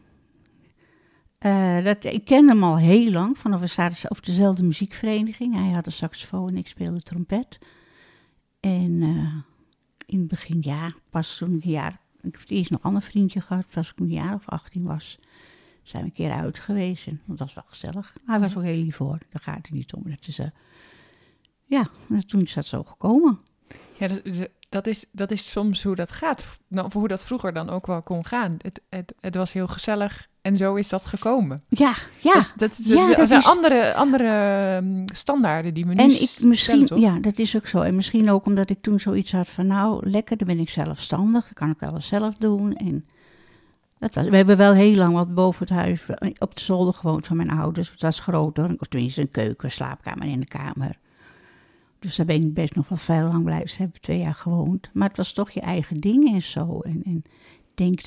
Ik ken hem al heel lang, vanaf we zaten op dezelfde muziekvereniging. Hij had een saxofoon en ik speelde trompet. En in het begin, ja, pas toen ik ik heb eerst nog een ander vriendje gehad, pas toen ik een jaar of 18 was, zijn we een keer uit geweest. En dat was wel gezellig. Hij was ook heel lief hoor, daar gaat het niet om. Ja, en toen is dat zo gekomen. Ja, dat is soms hoe dat gaat. Nou, hoe dat vroeger dan ook wel kon gaan. Het was heel gezellig en zo is dat gekomen. Ja. Dat Ja, zijn is- andere standaarden die we nu En stellen, misschien, toch? ja, dat is ook zo. En misschien ook omdat ik toen zoiets had van, nou, lekker, dan ben ik zelfstandig. Dat kan ik alles zelf doen. En we hebben wel heel lang wat boven het huis, op de zolder gewoond van mijn ouders. Het was groter, of tenminste een keuken, slaapkamer en een kamer. Dus daar ben ik best nog wel veel lang blijven. Ze hebben 2 jaar gewoond. Maar het was toch je eigen ding en zo. En ik denk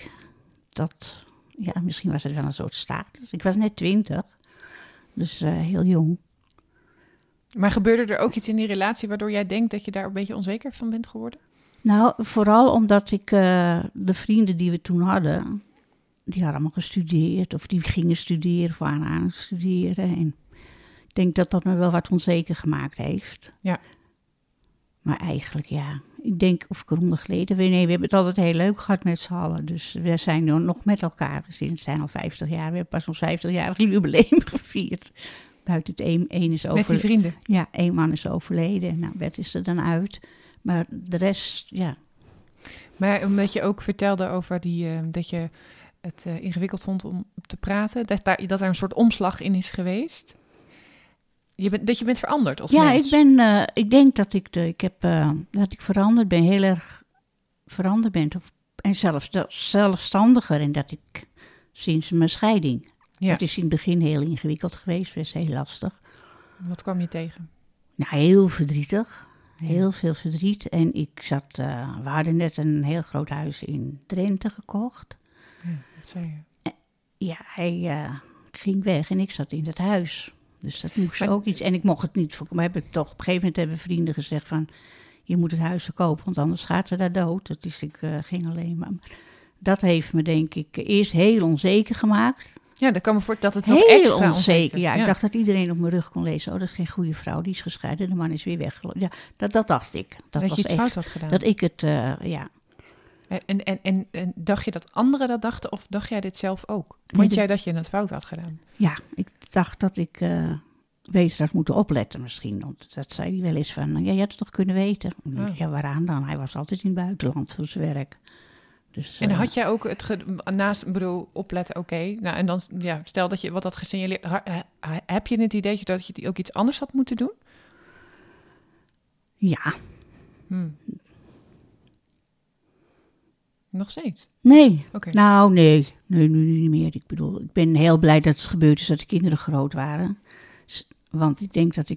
ja, misschien was het wel een soort status. Ik was net 20, dus heel jong. Maar gebeurde er ook iets in die relatie waardoor jij denkt dat je daar een beetje onzeker van bent geworden? Nou, vooral omdat ik de vrienden die we toen hadden, die hadden allemaal gestudeerd. Of die gingen studeren of waren aan het studeren. En ik denk dat dat me wel wat onzeker gemaakt heeft. Ja. Maar eigenlijk, ja, ik denk of kronden geleden. Nee, we hebben het altijd heel leuk gehad met z'n allen. Dus we zijn nu nog met elkaar. We zijn al 50 jaar. We hebben pas ons 50-jarig jubileum gevierd. Buiten het één is Met die overleden. vrienden? Ja, 1 man is overleden. Nou, Bert is er dan uit. Maar de rest, ja. Maar omdat je ook vertelde over dat je het ingewikkeld vond om te praten, dat daar een soort omslag in is geweest. Dat je bent veranderd als mens. Ik denk dat dat ik veranderd ben, heel erg veranderd ben. En zelfs zelfstandiger. En dat ik sinds mijn scheiding Ja. Het is in het begin heel ingewikkeld geweest, best heel lastig. Wat kwam je tegen? Nou, heel verdrietig. Heel veel verdriet. En we hadden net een heel groot huis in Drenthe gekocht. Ja, wat zei je? Ja, hij ging weg en ik zat in het huis. Dus dat moest Maar- ook iets. En ik mocht het niet. Maar op een gegeven moment hebben vrienden gezegd van... je moet het huis verkopen, want anders gaat ze daar dood. Ik ging alleen maar... Dat heeft me denk ik eerst heel onzeker gemaakt. Ja, dat kan me voor dat het nog Heel extra onzeker. Ja, ik dacht dat iedereen op mijn rug kon lezen. Oh, dat is geen goede vrouw, die is gescheiden. De man is weer weggelopen. Ja, dat dacht ik. dat was je iets echt, fout had gedaan. Dat ik het, ja... En dacht je dat anderen dat dachten of dacht jij dit zelf ook? Nee, Vond jij dat je het fout had gedaan? Ja, ik dacht dat ik beter had moeten opletten misschien. Want dat zei hij wel eens van, ja, je had het toch kunnen weten? Oh. Ja, waaraan dan? Hij was altijd in het buitenland voor zijn werk. Dus, En had jij ook naast, ik bedoel, opletten, oké. Nou, en dan, ja, stel dat je wat had gesignaleerd. Heb je het idee dat je ook iets anders had moeten doen? Ja, Nog steeds? nee. Oké. Nou, nee, nu niet meer. Ik bedoel, ik ben heel blij dat het gebeurd is dat de kinderen groot waren. Want ik denk dat ik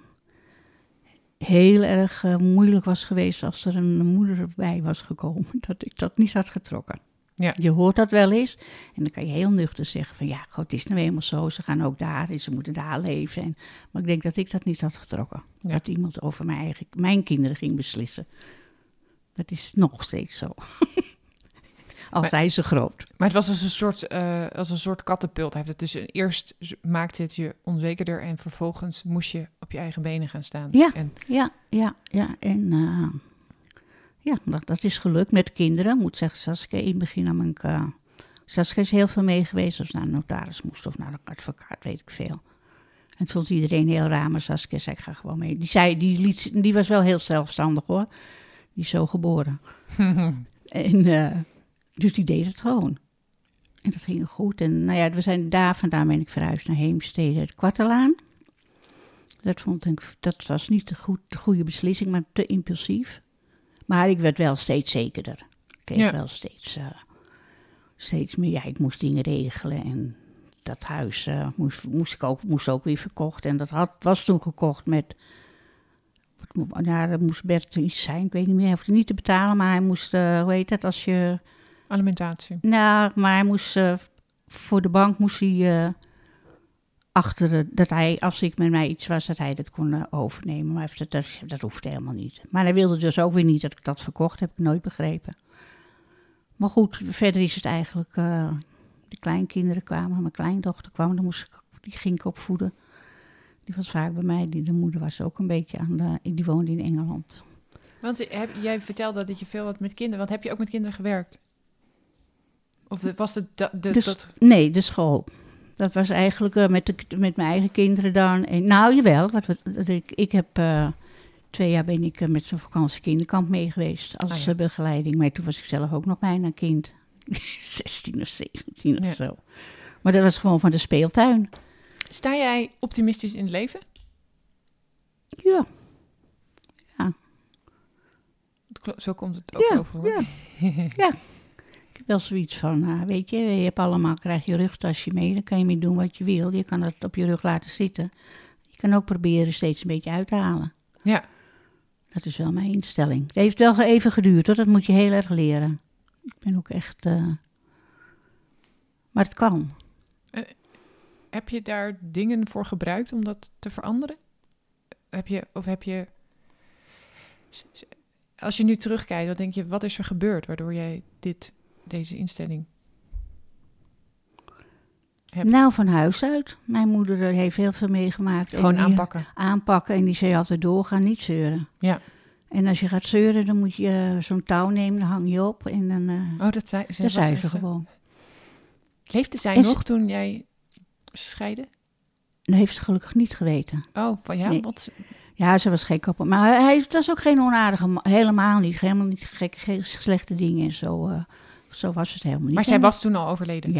heel erg moeilijk was geweest als er een moeder bij was gekomen. Dat ik dat niet had getrokken. Ja. Je hoort dat wel eens. En dan kan je heel nuchter zeggen van ja, God, het is nou eenmaal zo. Ze gaan ook daar en ze moeten daar leven. Maar ik denk dat ik dat niet had getrokken. Ja. Dat iemand over mijn kinderen ging beslissen. Dat is nog steeds zo. Al zijn ze groot. Maar het was als een soort katapult. Hij heeft het dus eerst maakte het je onzekerder en vervolgens moest je op je eigen benen gaan staan. Ja. En, Ja. En dat is gelukt met de kinderen. Ik moet zeggen, Saskia, in het begin nam ik... Saskia is heel veel mee geweest. Als ze naar de notaris moest of naar de advocaat, weet ik veel. En het vond iedereen heel raar, maar Saskia zei, ik ga gewoon mee. Die was wel heel zelfstandig, hoor. Die is zo geboren. En... Dus die deed het gewoon. En dat ging goed. En nou ja, vandaan ben ik verhuisd naar Heemstede, de Kwartelaan. Dat was niet de goede beslissing, maar te impulsief. Maar ik werd wel steeds zekerder. Ik kreeg wel steeds meer, ja, ik moest dingen regelen. En dat huis moest ook weer verkocht. En dat was toen gekocht met... er moest Bert iets zijn, ik weet niet meer. Hij hoefde niet te betalen, maar hij moest, hoe heet dat, als je... alimentatie. Nou, maar hij moest voor de bank moest hij dat hij, als ik met mij iets was, dat hij dat kon overnemen. Maar dat hoefde helemaal niet. Maar hij wilde dus ook weer niet dat ik dat verkocht, heb ik nooit begrepen. Maar goed, verder is het eigenlijk, de kleinkinderen kwamen, mijn kleindochter kwam, die ging ik opvoeden. Die was vaak bij mij, de moeder was ook een beetje die woonde in Engeland. Want jij vertelde dat je veel had met kinderen, want heb je ook met kinderen gewerkt? Of was het Nee, de school. Dat was eigenlijk met mijn eigen kinderen dan. En, nou, jawel. Ik heb 2 jaar ben ik met zo'n vakantiekinderkamp mee geweest als begeleiding. Maar toen was ik zelf ook nog bijna kind. 16 of 17 of zo. Maar dat was gewoon van de speeltuin. Sta jij optimistisch in het leven? Ja. Zo komt het ook over, hoor. Ja. Ik heb wel zoiets van, weet je krijg je rugtasje mee, dan kan je mee doen wat je wil. Je kan het op je rug laten zitten. Je kan ook proberen steeds een beetje uit te halen. Ja. Dat is wel mijn instelling. Het heeft wel even geduurd, hoor. Dat moet je heel erg leren. Ik ben ook echt... Maar het kan. Heb je daar dingen voor gebruikt om dat te veranderen? Heb je... Als je nu terugkijkt, dan denk je, wat is er gebeurd waardoor jij deze instelling hebt? Nou, van huis uit. Mijn moeder heeft heel veel meegemaakt. Gewoon aanpakken. Aanpakken en die zei altijd doorgaan, niet zeuren. Ja. En als je gaat zeuren, dan moet je zo'n touw nemen, dan hang je op. En dan, dat zei ze gewoon. Leefde zij nog toen jij scheidde? Dat heeft ze gelukkig niet geweten. Oh, ja? Nee. Wat? Ja, ze was gek op hem. Maar hij was ook geen onaardige man. Helemaal niet. Helemaal niet gekke, geen slechte dingen en zo. Zo was het helemaal niet. Maar zij was toen al overleden?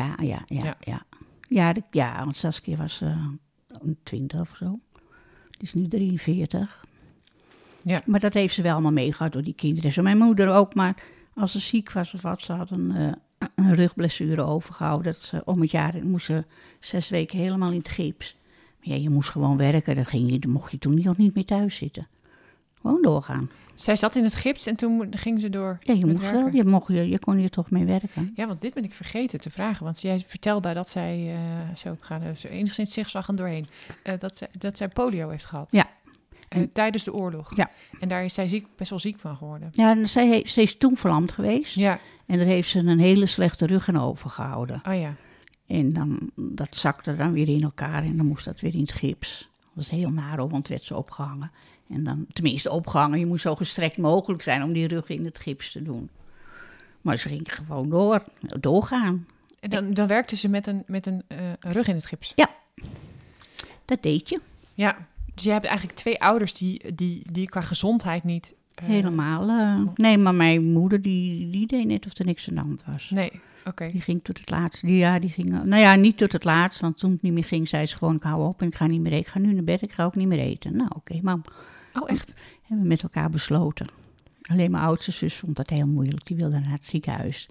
Ja, want Saskia was 20 of zo. Die is nu 43. Ja. Maar dat heeft ze wel allemaal meegehad door die kinderen. Zo mijn moeder ook, maar als ze ziek was of wat, ze had een rugblessure overgehouden. Dat ze om het jaar moesten 6 weken helemaal in het gips. Maar ja, je moest gewoon werken. Dan mocht je toen nog niet meer thuis zitten. Gewoon doorgaan. Zij zat in het gips en toen ging ze door. Ja, je met moest werken. wel. Je kon hier toch mee werken. Ja, want dit ben ik vergeten te vragen. Want jij vertelde dat zij, zo gaan er zo enigszins zigzaggen doorheen, dat zij polio heeft gehad. Ja. Tijdens de oorlog. Ja. En daar is zij best wel ziek van geworden. Ja, en ze is toen verlamd geweest. Ja. En daar heeft ze een hele slechte rug aan overgehouden. Oh ja. En dat zakte dan weer in elkaar en dan moest dat weer in het gips. Dat was heel naar, want werd ze opgehangen. En dan, tenminste opgehangen, je moest zo gestrekt mogelijk zijn om die rug in het gips te doen. Maar ze ging gewoon doorgaan. En dan werkte ze met een rug in het gips. Ja, dat deed je. Ja, dus je hebt eigenlijk 2 ouders die qua gezondheid niet... Helemaal. Nee, maar mijn moeder die deed net of er niks aan de hand was. Nee, oké. Die ging tot het laatste. Die ging, nou ja, niet tot het laatste, want toen het niet meer ging, zei ze gewoon, ik hou op en ik ga niet meer eten. Ik ga nu naar bed, ik ga ook niet meer eten. Nou, oké, mam. Oh, echt? Hebben we met elkaar besloten. Alleen mijn oudste zus vond dat heel moeilijk. Die wilde naar het ziekenhuis.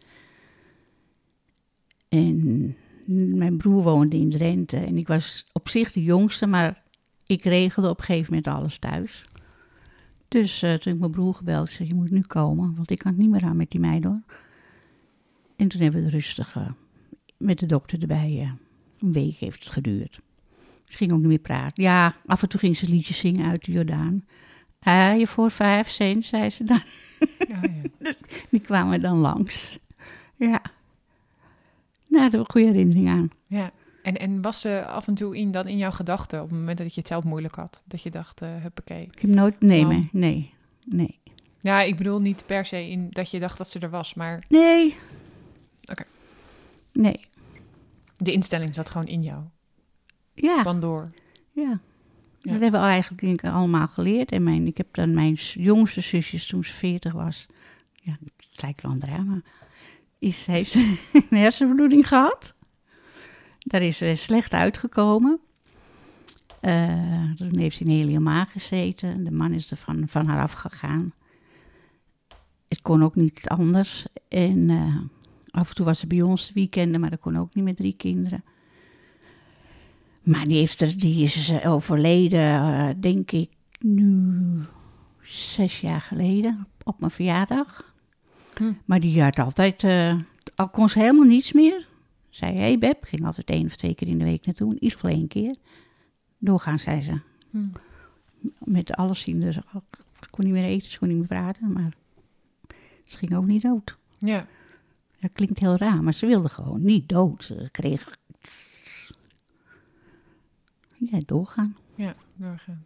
En mijn broer woonde in Drenthe. En ik was op zich de jongste, maar ik regelde op een gegeven moment alles thuis. Dus toen ik mijn broer gebeld, zei je moet nu komen, want ik kan het niet meer aan met die meid hoor. En toen hebben we het rustig met de dokter erbij. Een week heeft het geduurd. Ze ging ook niet meer praten. Ja, af en toe ging ze liedjes zingen uit de Jordaan. Je voor 5 cent, zei ze dan. Ja, ja. Dus die kwamen dan langs. Ja. Nou, daar heb ik een goede herinnering aan. Ja. En was ze af en toe in jouw gedachten op het moment dat je het zelf moeilijk had? Dat je dacht, huppakee. Ik heb nooit... Nee, Oh. meer. Nee. Ja, ik bedoel niet per se dat je dacht dat ze er was, maar Nee. Oké. Nee. de instelling zat gewoon in jou. Ja. Vandoor. Ja. Dat hebben we eigenlijk denk ik, allemaal geleerd. En ik heb dan mijn jongste zusjes toen ze 40 was. Ja, het lijkt wel een drama. Heeft ze een hersenbloeding gehad. Daar is ze slecht uitgekomen. Toen heeft ze in heliumaag gezeten. De man is er van haar afgegaan. Het kon ook niet anders. En af en toe was ze bij ons de weekenden, maar dat kon ook niet met 3 kinderen. Maar die is overleden, denk ik, nu 6 jaar geleden, op mijn verjaardag. Maar die had altijd, al kon ze helemaal niets meer. Zei, hey Beb, ging altijd 1 of 2 keer in de week naartoe, in ieder geval 1 keer. Doorgaan, zei ze. Met alles zien, dus ze kon niet meer eten, ze kon niet meer praten, maar ze ging ook niet dood. Ja. Dat klinkt heel raar, maar ze wilde gewoon niet dood. Ze kreeg... Ja, doorgaan. Ja, doorgaan.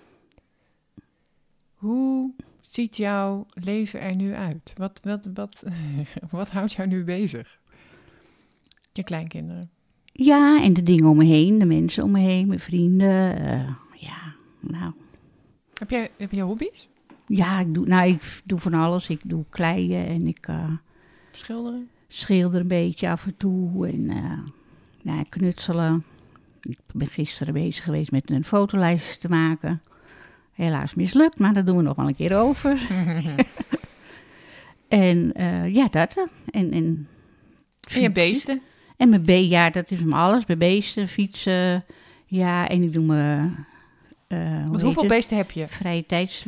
Hoe ziet jouw leven er nu uit? Wat houdt jou nu bezig? Je kleinkinderen. Ja, en de dingen om me heen, de mensen om me heen, mijn vrienden. Ja, nou. Heb jij hobby's? Ja, ik doe van alles. Ik doe kleien en ik Schilderen? schilder een beetje af en toe. En knutselen. Ik ben gisteren bezig geweest met een fotolijst te maken. Helaas mislukt, maar dat doen we nog wel een keer over. En ja, dat. En je beesten? En mijn dat is van alles. Mijn beesten, fietsen. Ja, en ik doe mijn... Hoeveel beesten heb je? Vrije tijds...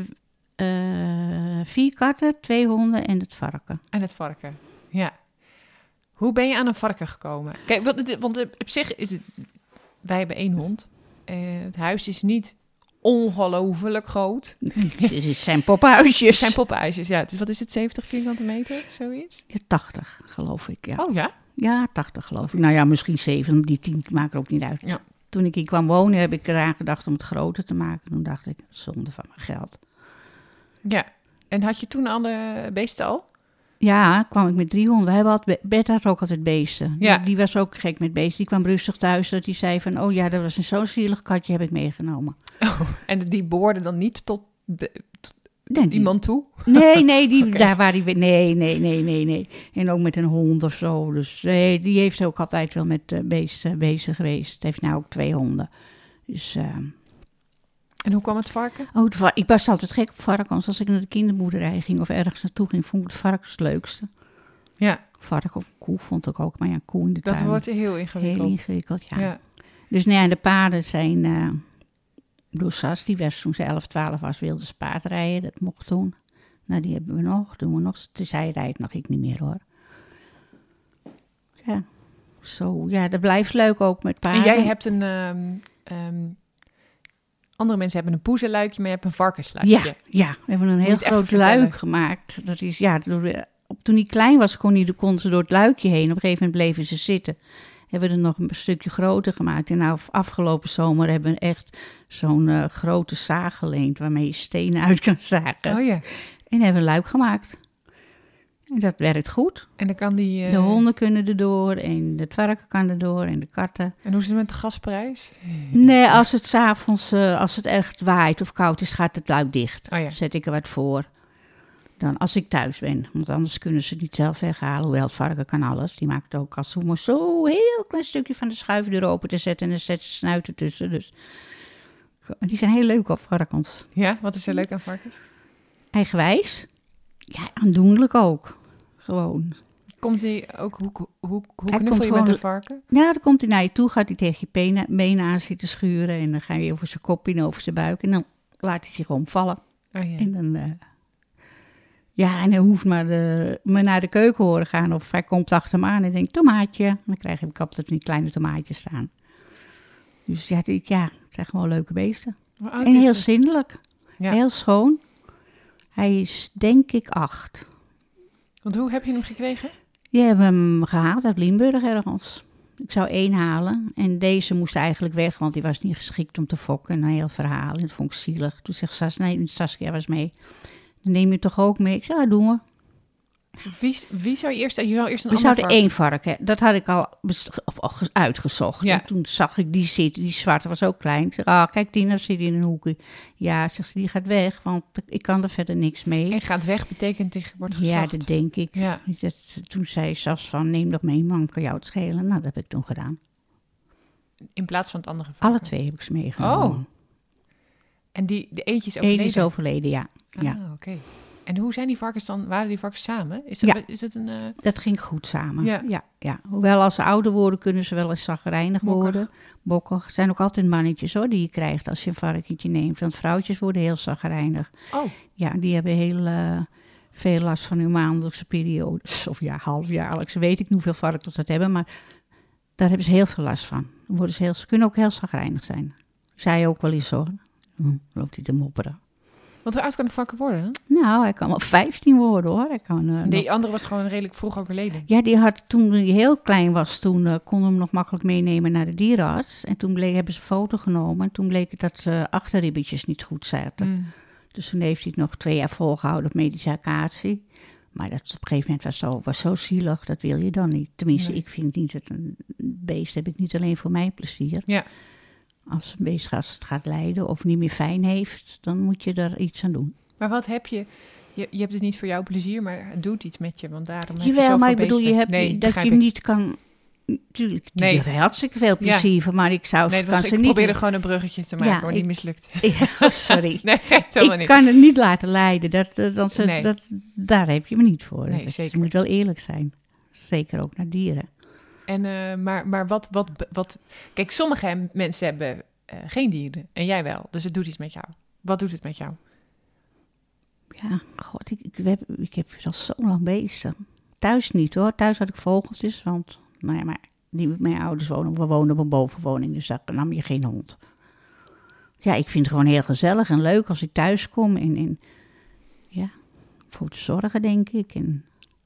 4 katten, 2 honden en het varken. En het varken, ja. Hoe ben je aan een varken gekomen? Kijk, want op zich is het... Wij hebben 1 hond. Het huis is niet ongelooflijk groot. Het zijn poppenhuisjes. Het zijn poppenhuisjes, ja. Dus wat is het, 70 vierkante meter, zoiets? Ja, 80, geloof ik, ja. Oh ja? Ja, 80 geloof ik. Nou ja, misschien 7, die 10 maken ook niet uit. Ja. Toen ik hier kwam wonen, heb ik eraan gedacht om het groter te maken. Toen dacht ik, zonde van mijn geld. Ja. En had je toen alle beesten al? Ja, kwam ik met 3 honden. Bert had ook altijd beesten. Ja. Die was ook gek met beesten. Die kwam rustig thuis dat hij zei van... Oh ja, dat was zo'n zielig katje, heb ik meegenomen. Oh, en die behoorde dan niet tot Nee, iemand toe? Nee, Oké. daar waar die... Nee. En ook met een hond of zo. Dus nee, die heeft ook altijd wel met beesten bezig geweest. Het heeft nou ook 2 honden. Dus... En hoe kwam het varken? ik was altijd gek op varkens. Als ik naar de kinderboerderij ging of ergens naartoe ging, vond ik het varkens het leukste. Ja. Varken of koe vond ik ook, maar ja, koe in de tuin. Dat wordt heel ingewikkeld. Heel ingewikkeld, ja. Ja. Dus nou ja, de paarden zijn... door Sas, die was toen ze 11, 12 was, wilde ze paardrijden. Dat mocht toen. Nou, die hebben we nog. Doen we nog. Dus hij rijdt nog, ik niet meer hoor. Ja, zo. Ja, dat blijft leuk ook met paarden. En jij hebt andere mensen hebben een poezenluikje, maar je hebt een varkensluikje. Ja, we hebben een heel Moet je even groot vertellen. luik gemaakt. Dat is, ja, toen hij klein was, konden ze door het luikje heen. Op een gegeven moment bleven ze zitten. Hebben we er nog een stukje groter gemaakt. En nou, afgelopen zomer hebben we echt zo'n grote zaag geleend waarmee je stenen uit kan zagen. Oh ja. En hebben we een luik gemaakt. En dat werkt goed. En dan kan die... De honden kunnen erdoor en de varken kan erdoor en de katten. En hoe is het met de gasprijs? Nee, als het 's avonds, als het echt waait of koud is, gaat het luik dicht. Oh ja. Zet ik er wat voor. Dan als ik thuis ben. Want anders kunnen ze het niet zelf weghalen. Hoewel het varken kan alles. Die maakt ook als om zo heel klein stukje van de schuifdeur open te zetten. En dan zet ze snuit ertussen. Dus die zijn heel leuk op varkens. Ja, wat is er leuk aan varkens? Eigenwijs. Ja, aandoenlijk ook. Gewoon. Komt hij ook, hoe Hij knuffel komt je met gewoon- een varken? Nou, dan komt hij naar je toe. Gaat hij tegen je benen aan zitten schuren. En dan ga je over zijn kop in, over zijn buik. En dan laat hij zich gewoon vallen. Oh ja. En dan... ja, en hij hoeft maar naar de keuken horen gaan. Of hij komt achter me aan en denkt, tomaatje. En dan krijg ik altijd die kleine tomaatjes staan. Dus ja, het zijn gewoon leuke beesten. Hoe oud En is heel ze? zindelijk. Ja. Heel schoon. Hij is denk ik 8. Want hoe heb je hem gekregen? Die hebben hem gehaald uit Limburg ergens. Ik zou 1 halen. En deze moest eigenlijk weg, want die was niet geschikt om te fokken. En een heel verhaal. En dat vond ik zielig. Toen zegt Saskia was mee. Dan neem je toch ook mee? Ik zei, ja, doen we. Wie zou je eerst... Je zou eerst een We ander zouden varken... 1 varken. Dat had ik al uitgezocht. Ja. En toen zag ik die zitten. Die zwarte was ook klein. Ik zeg, kijk, die zit in een hoekje. Ja, zegt ze, die gaat weg, want ik kan er verder niks mee. En gaat weg betekent die wordt geslacht. Ja, dat denk ik. Ja. Toen zei Sas van, neem nog mee, man, kan jou het schelen. Nou, dat heb ik toen gedaan. In plaats van het andere varken. Alle 2 heb ik ze meegenomen. Oh. En de eentje is Eén overleden? is overleden, ja. Ja. Ah, oké. En hoe zijn die varkens dan? Waren die varkens samen? Ja. Is het een... Dat ging goed samen. Ja. Ja. Hoewel als ze ouder worden, kunnen ze wel eens chagrijnig Bokkig. worden. Bokkig. Het zijn ook altijd mannetjes hoor, die je krijgt als je een varkentje neemt. Want vrouwtjes worden heel chagrijnig. Oh, Ja, die hebben heel veel last van hun maandelijkse periodes. Of ja, halfjaarlijks. Weet ik niet hoeveel varkens dat hebben, maar daar hebben ze heel veel last van. Ze kunnen ook heel chagrijnig zijn. Zij ook wel eens hoor. Loopt hij te mopperen. want hoe oud kan een varken worden? Nou, hij kan wel 15 worden hoor. Hij kan, nog- Die andere was gewoon redelijk vroeg overleden. Ja, die had toen hij heel klein was, toen kon hem nog makkelijk meenemen naar de dierenarts. En toen hebben ze een foto genomen en toen bleek het dat achterribbetjes niet goed zaten. Mm. Dus toen heeft hij het nog 2 jaar volgehouden op medicatie. Maar dat op een gegeven moment was zo zielig, dat wil je dan niet. Tenminste, Nee. ik vind niet dat een beest heb ik niet alleen voor mijn plezier. Ja. Als een beest het gaat lijden of niet meer fijn heeft, dan moet je er iets aan doen. Maar wat heb je... Je hebt het niet voor jouw plezier, maar het doet iets met je. Want daarom heb je Jawel, zoveel maar ik bedoel, beesten. je hebt Nee, dat begrijp je ik. niet kan... Natuurlijk, die Nee. hebben hartstikke veel plezier van, maar ik Nee, dat kan was, ze ik niet... probeerde gewoon een bruggetje te maken, Ja, hoor. Die ik- mislukt. Ja, sorry. Nee, geeft helemaal Ik niet. kan het niet laten lijden. Nee. Daar heb je me niet voor. Nee, Dus zeker. je moet wel eerlijk zijn. Zeker ook naar dieren. En, maar wat... Kijk, sommige mensen hebben geen dieren. En jij wel. Dus het doet iets met jou. Wat doet het met jou? Ja, god, ik heb al zo lang beesten. Thuis niet hoor. Thuis had ik vogeltjes, want nou ja, maar mijn ouders wonen. We wonen op een bovenwoning, dus daar nam je geen hond. Ja, ik vind het gewoon heel gezellig en leuk als ik thuis kom. En ja, voor te zorgen, denk ik. En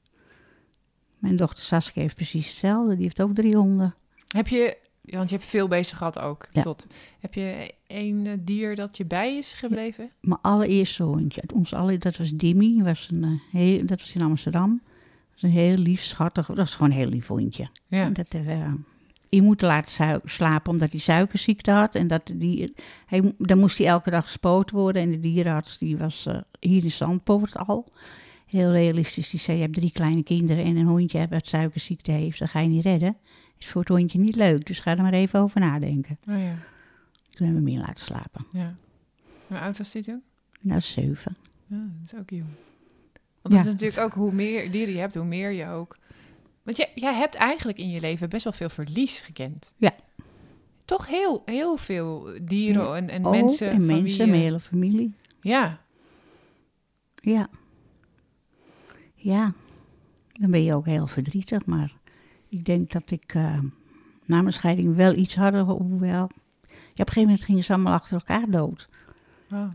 mijn dochter Saskia heeft precies hetzelfde. Die heeft ook 3 honden. Heb je... Want je hebt veel beesten gehad ook. Ja. Heb je één dier dat je bij is gebleven? Mijn allereerste hondje, dat was Dimmy, dat was in Amsterdam. Dat was een heel lief, schattig, dat was gewoon een heel lief hondje. Ja. En dat je moet laten slapen omdat hij suikerziekte had. En dan moest hij elke dag gespoten worden. En de dierenarts die was hier in Zandpoort al. Heel realistisch, die zei, je hebt 3 kleine kinderen en een hondje hebt dat suikerziekte heeft. Dat ga je niet redden. Is voor het hondje niet leuk, dus ga er maar even over nadenken. Oh ja. Toen hebben we hem in laten slapen. Ja. Hoe oud was die toen? Nou, 7. Ja, dat is ook jong. Want Ja. dat is natuurlijk ook hoe meer dieren je hebt, hoe meer je ook Want jij hebt eigenlijk in je leven best wel veel verlies gekend. Ja. Toch heel veel dieren en Ook, mensen. en van mensen, wie mijn hele familie. Ja, Ja. Ja. Dan ben je ook heel verdrietig, maar ik denk dat ik na mijn scheiding wel iets had, hoewel... Ja, op een gegeven moment gingen ze allemaal achter elkaar dood. oh.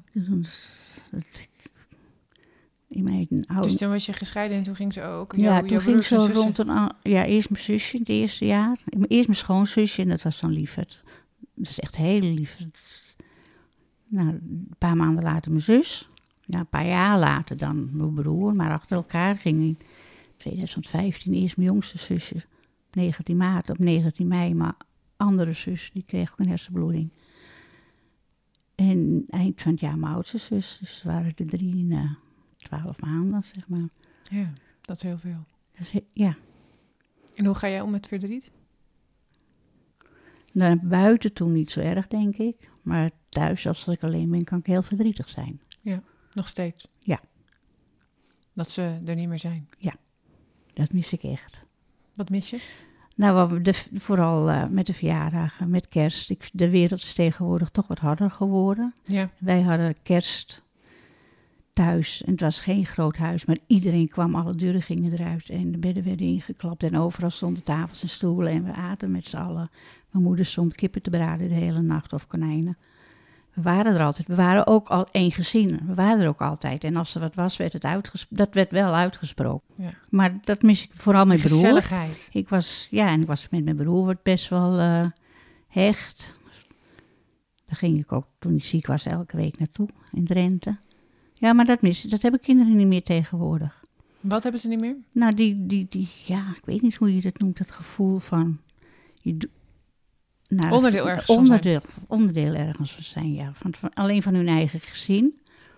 In mijn oude... Dus toen was je gescheiden en toen ging ze ook. Toen ging zo rond eerst mijn zusje in het eerste jaar. Eerst mijn schoonzusje en dat was dan Lieverd. Dat is echt heel lief. Nou, een paar maanden later mijn zus. Ja, een paar jaar later dan mijn broer. Maar achter elkaar ging in 2015 eerst mijn jongste zusje. 19 maart, op 19 mei. Maar andere zus, die kreeg ook een hersenbloeding. En eind van het jaar mijn oudste zus. Dus waren er 3 in 12 maanden, zeg maar. Ja, dat is heel veel. Dus, ja. En hoe ga jij om met verdriet? Nou, buiten toen niet zo erg, denk ik. Maar thuis, als ik alleen ben, kan ik heel verdrietig zijn. Nog steeds? Ja. Dat ze er niet meer zijn? Dat mis ik echt. Wat mis je? Nou, vooral met de verjaardagen, met kerst. De wereld is tegenwoordig toch wat harder geworden. Ja. Wij hadden kerst thuis. En het was geen groot huis, maar iedereen kwam. Alle deuren gingen eruit en de bedden werden ingeklapt. En overal stonden tafels en stoelen en we aten met z'n allen. Mijn moeder stond kippen te braden de hele nacht of konijnen. We waren er altijd. We waren ook al één gezin. We waren er ook altijd. En als er wat was, werd het dat werd wel uitgesproken. Ja. Maar dat mis ik vooral mijn broer. Gezelligheid. Ik was met mijn broer best wel hecht. Daar ging ik ook toen hij ziek was elke week naartoe in Drenthe. Ja, maar dat hebben kinderen niet meer tegenwoordig. Wat hebben ze niet meer? Nou, ja, ik weet niet hoe je dat noemt, dat gevoel van... Onderdeel ergens van zijn. Onderdeel ergens van zijn, ja. Alleen van hun eigen gezin.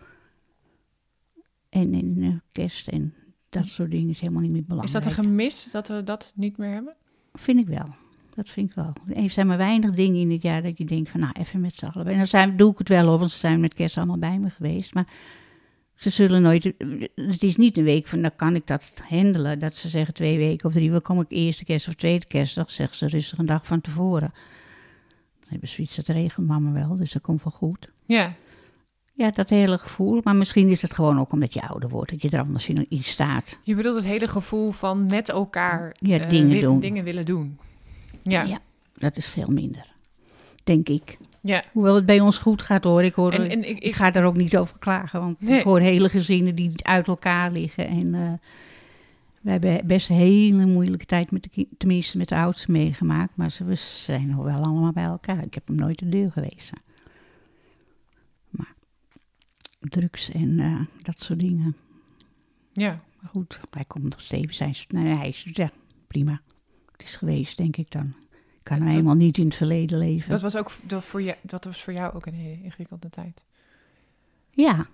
En in kerst en dat soort dingen is helemaal niet meer belangrijk. Is dat een gemis dat we dat niet meer hebben? Vind ik wel. Dat vind ik wel. Er zijn maar weinig dingen in het jaar dat je denkt van, nou, even met z'n allen. En dan doe ik het wel, hoor, want ze zijn met kerst allemaal bij me geweest. Maar ze zullen nooit... Het is niet een week van, dan kan ik dat handelen. Dat ze zeggen 2 weken of 3, dan kom ik eerste kerst of tweede kerstdag. Zeggen ze rustig een dag van tevoren. Dan hebben ze zoiets, dat regelt mama wel, dus dat komt wel goed. Ja. Ja, dat hele gevoel. Maar misschien is het gewoon ook omdat je ouder wordt, dat je er anders in staat. Je bedoelt het hele gevoel van met elkaar dingen willen doen. Ja, dat is veel minder, denk ik. Ja. Hoewel het bij ons goed gaat, hoor. Ik ga daar ook niet over klagen, want ik hoor hele gezinnen die uit elkaar liggen. En we hebben best een hele moeilijke tijd, tenminste met de oudste meegemaakt. Maar we zijn nog wel allemaal bij elkaar. Ik heb hem nooit de deur gewezen. Maar drugs en dat soort dingen. Ja. Maar goed, hij komt nog steeds. Hij is prima. Het is geweest, denk ik dan. Ik kan helemaal niet in het verleden leven. Dat was ook dat was voor jou ook een hele ingewikkelde tijd. Ja.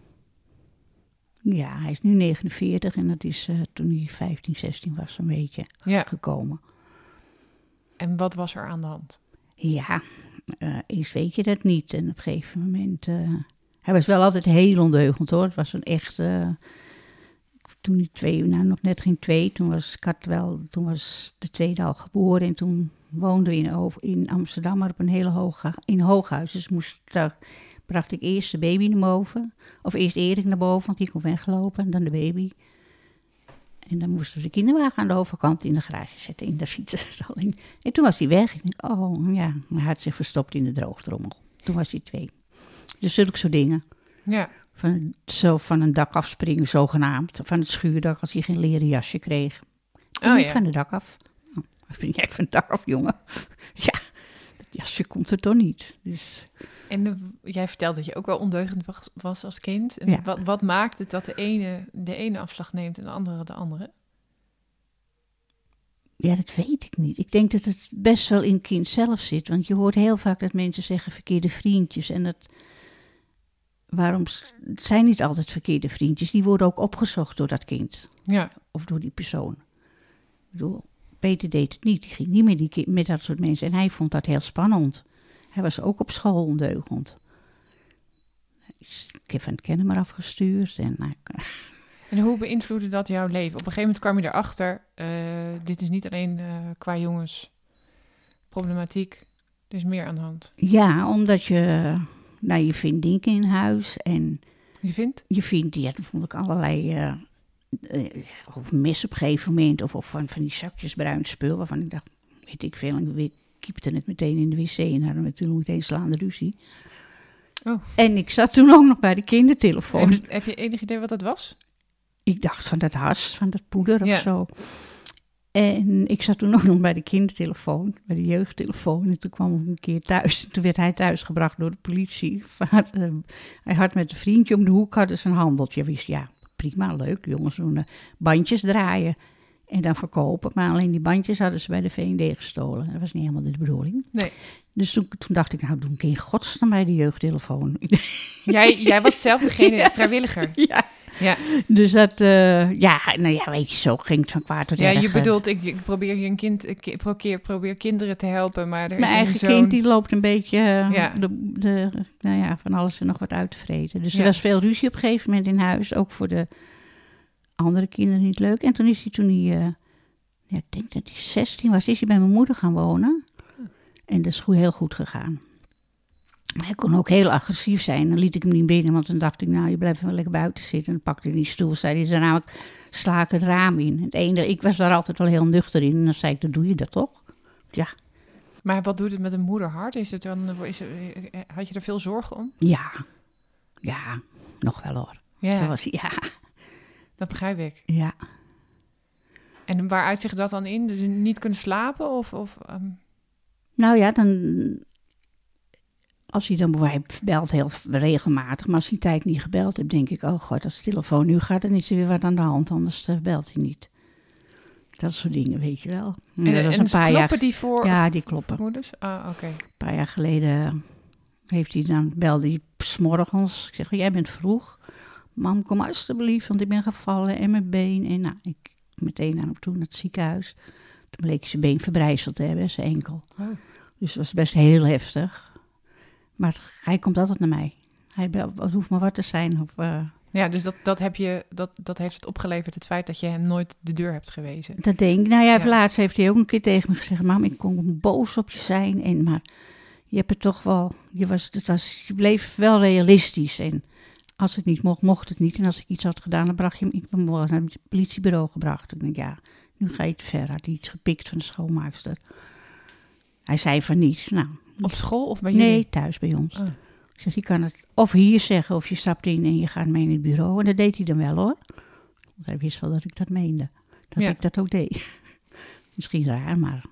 Ja, hij is nu 49 en dat is toen hij 15, 16 was een beetje gekomen. En wat was er aan de hand? Ja, eerst weet je dat niet. En op een gegeven moment... hij was wel altijd heel ondeugend, hoor. Het was een echt... toen hij nog net geen 2, toen was de tweede al geboren. En toen woonden we in Amsterdam, maar op een hooghuis. Dus bracht ik eerst de baby naar boven. Of eerst Erik naar boven, want die kon weglopen. En dan de baby. En dan moesten we de kinderwagen aan de overkant in de garage zetten, in de fietsenstalling. En toen was hij weg. Ik denk, oh ja, hij had zich verstopt in de droogtrommel. Toen was hij 2. Dus zulke soort dingen. Ja. Van een dak afspringen, zogenaamd. Van het schuurdak, als hij geen leren jasje kreeg. Van het dak af. Oh, spring jij van het dak af, jongen? Ja, dat jasje komt er toch niet. Dus. En jij vertelde dat je ook wel ondeugend was als kind. En wat maakt het dat de ene afslag neemt en de andere de andere? Ja, dat weet ik niet. Ik denk dat het best wel in het kind zelf zit. Want je hoort heel vaak dat mensen zeggen verkeerde vriendjes. En het zijn niet altijd verkeerde vriendjes. Die worden ook opgezocht door dat kind. Ja. Of door die persoon. Ik bedoel, Peter deed het niet. Die ging niet meer met dat soort mensen. En hij vond dat heel spannend. Hij was ook op school ondeugend. Ik heb van het kennen maar afgestuurd. En, En hoe beïnvloedde dat jouw leven? Op een gegeven moment kwam je erachter, dit is niet alleen qua jongens problematiek, er is meer aan de hand. Ja, omdat je vindt dingen in huis en Je vindt? je vindt, ja, dan vond ik allerlei of mes op een gegeven moment of van die zakjes bruin spul waarvan ik dacht, weet ik veel, en ik kiepte het meteen in de wc en hadden we toen meteen slaande ruzie. Oh. En ik zat toen ook nog bij de kindertelefoon. En heb je enig idee wat dat was? Ik dacht van dat has, van dat poeder of Ja. zo. En ik zat toen ook nog bij de kindertelefoon, bij de jeugdtelefoon. En toen kwam ik een keer thuis. Toen werd hij thuisgebracht door de politie. Hij had met een vriendje om de hoek hadden ze een handeltje. Wist, ja, prima, leuk. Jongens doen bandjes draaien en dan verkopen. Maar alleen die bandjes hadden ze bij de V&D gestolen. Dat was niet helemaal de bedoeling. Nee. Dus toen dacht ik, nou doe ik in godsnaam bij de jeugdtelefoon. Jij was zelf degene, vrijwilliger. Ja. Ja. Dus dat, weet je, zo ging het van kwaad tot Ja, je erger. bedoelt, ik probeer hier een kind, ik probeer kinderen te helpen, maar er Mijn is een eigen zoon. kind die loopt een beetje Ja. van alles en nog wat uit te vreten. Dus Ja. er was veel ruzie op een gegeven moment in huis. Ook voor de andere kinderen niet leuk. En toen is hij, ik denk dat hij 16 was, is hij bij mijn moeder gaan wonen. En dat is heel goed gegaan. Maar hij kon ook heel agressief zijn. Dan liet ik hem niet binnen, want dan dacht ik, nou, je blijft wel lekker buiten zitten. En dan pakte hij die stoel, zei hij, namelijk, sla ik het raam in. Ik was daar altijd wel heel nuchter in. En dan zei ik, dan doe je dat toch? Ja. Maar wat doet het met een moederhart? Had je er veel zorgen om? Ja, nog wel hoor. Ja, Zoals, ja. dat begrijp ik. Ja. En waar uitzicht dat dan in? Dus niet kunnen slapen? Nou ja, als hij dan bijvoorbeeld belt heel regelmatig, maar als hij tijd niet gebeld heeft, denk ik, oh god, als de telefoon nu gaat, dan is er weer wat aan de hand, anders belt hij niet. Dat soort dingen, weet je wel. Ja, dat was en een paar jaar. kloppen die voor? Ja, die kloppen. Moeders? Ah, oké. Een paar jaar geleden belde hij 's morgens. Ik zeg, jij bent vroeg. Mam, kom alsjeblieft, want ik ben gevallen en mijn been. En nou, ik meteen naar hem toe, naar het ziekenhuis. Toen bleek hij zijn been verbrijzeld te hebben, zijn enkel. Oh. Dus dat was best heel heftig. Maar hij komt altijd naar mij. Het hoeft maar wat te zijn. Ja, dus dat heeft het opgeleverd, het feit dat je hem nooit de deur hebt gewezen. Dat denk ik. Nou ja, Ja. laatst heeft hij ook een keer tegen me gezegd, mam, ik kon boos op je zijn. Maar je hebt het toch wel, je bleef wel realistisch. En als het niet mocht, mocht het niet. En als ik iets had gedaan, dan bracht je hem, ik ben wel eens naar het politiebureau gebracht. Ik denk, ja, nu ga je te ver. Had hij iets gepikt van de schoonmaakster. Hij zei van niet. Nou, Op school of bij jullie? nee, thuis bij ons. Oh. Ik zeg, je kan het of hier zeggen of je stapt in en je gaat mee in het bureau. En dat deed hij dan wel hoor. Want hij wist wel dat ik dat meende. Dat Ja. ik dat ook deed. Misschien raar, maar...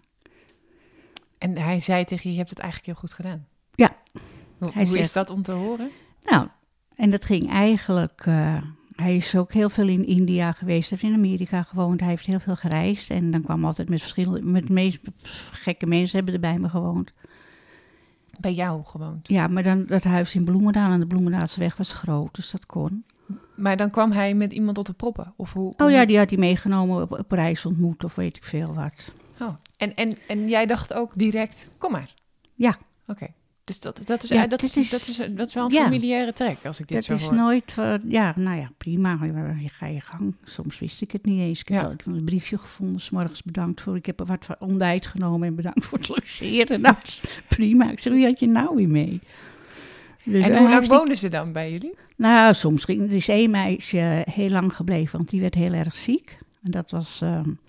En hij zei tegen je hebt het eigenlijk heel goed gedaan. Ja. Hoe Hij is zegt- dat om te horen? Nou, en dat ging eigenlijk... hij is ook heel veel in India geweest. Hij heeft in Amerika gewoond. Hij heeft heel veel gereisd. En dan kwam altijd met de meest gekke mensen hebben er bij me gewoond. Bij jou gewoond. Ja, maar dan dat huis in Bloemendaal aan de Bloemendaalseweg was groot. Dus dat kon. Maar dan kwam hij met iemand op de proppen? Of hoe? Oh ja, die had hij meegenomen op reis ontmoet of weet ik veel wat. Oh. En jij dacht ook direct, kom maar. Ja. Oké. Dus dat is Ja, dat dit is wel een ja. familiaire trek, als ik dit Dat zo is hoor. nooit, prima, je ga je gang. Soms wist ik het niet eens. Ik heb een briefje gevonden, 's morgens bedankt voor. Ik heb er wat van ontbijt genomen en bedankt voor het logeren. Nou, prima. Ik zeg, wie had je nou weer mee? Dus, En hoe lang woonden ze dan bij jullie? Nou, soms ging er is één meisje heel lang gebleven, want die werd heel erg ziek. En dat was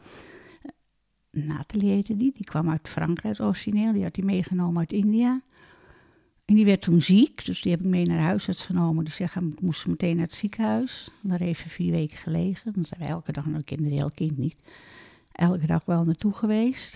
Nathalie heette die kwam uit Frankrijk origineel. Die had hij meegenomen uit India. En die werd toen ziek, dus die heb ik mee naar de huisarts genomen. Die zegt, ik moest meteen naar het ziekenhuis. Daar heeft ze 4 weken gelegen. Dan zijn we elke dag, nou, ik kende de hele kind niet, elke dag wel naartoe geweest.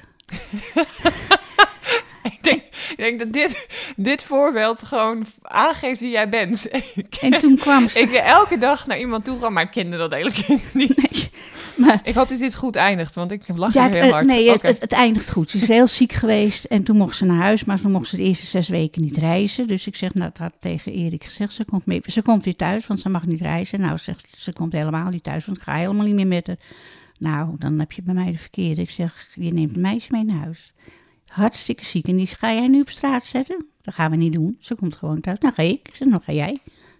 Ik denk dat dit voorbeeld gewoon aangeeft wie jij bent. En toen kwam ze... Ik wil elke dag naar iemand toe gaan, maar ik kende dat hele kind niet. Nee, maar... Ik hoop dat dit goed eindigt, want ik lach Ja, heel hard. nee, Oké. het eindigt goed. Ze is heel ziek geweest en toen mocht ze naar huis, maar toen mocht ze de eerste 6 weken niet reizen. Dus ik zeg, nou, dat had tegen Erik gezegd, ze komt weer thuis, want ze mag niet reizen. Nou, zegt ze komt helemaal niet thuis, want ik ga helemaal niet meer met haar. Nou, dan heb je bij mij de verkeerde. Ik zeg, je neemt een meisje mee naar huis. Hartstikke ziek. En die ga jij nu op straat zetten? Dat gaan we niet doen. Ze komt gewoon thuis. Nou ga ik. Ik zeg, nou ga jij.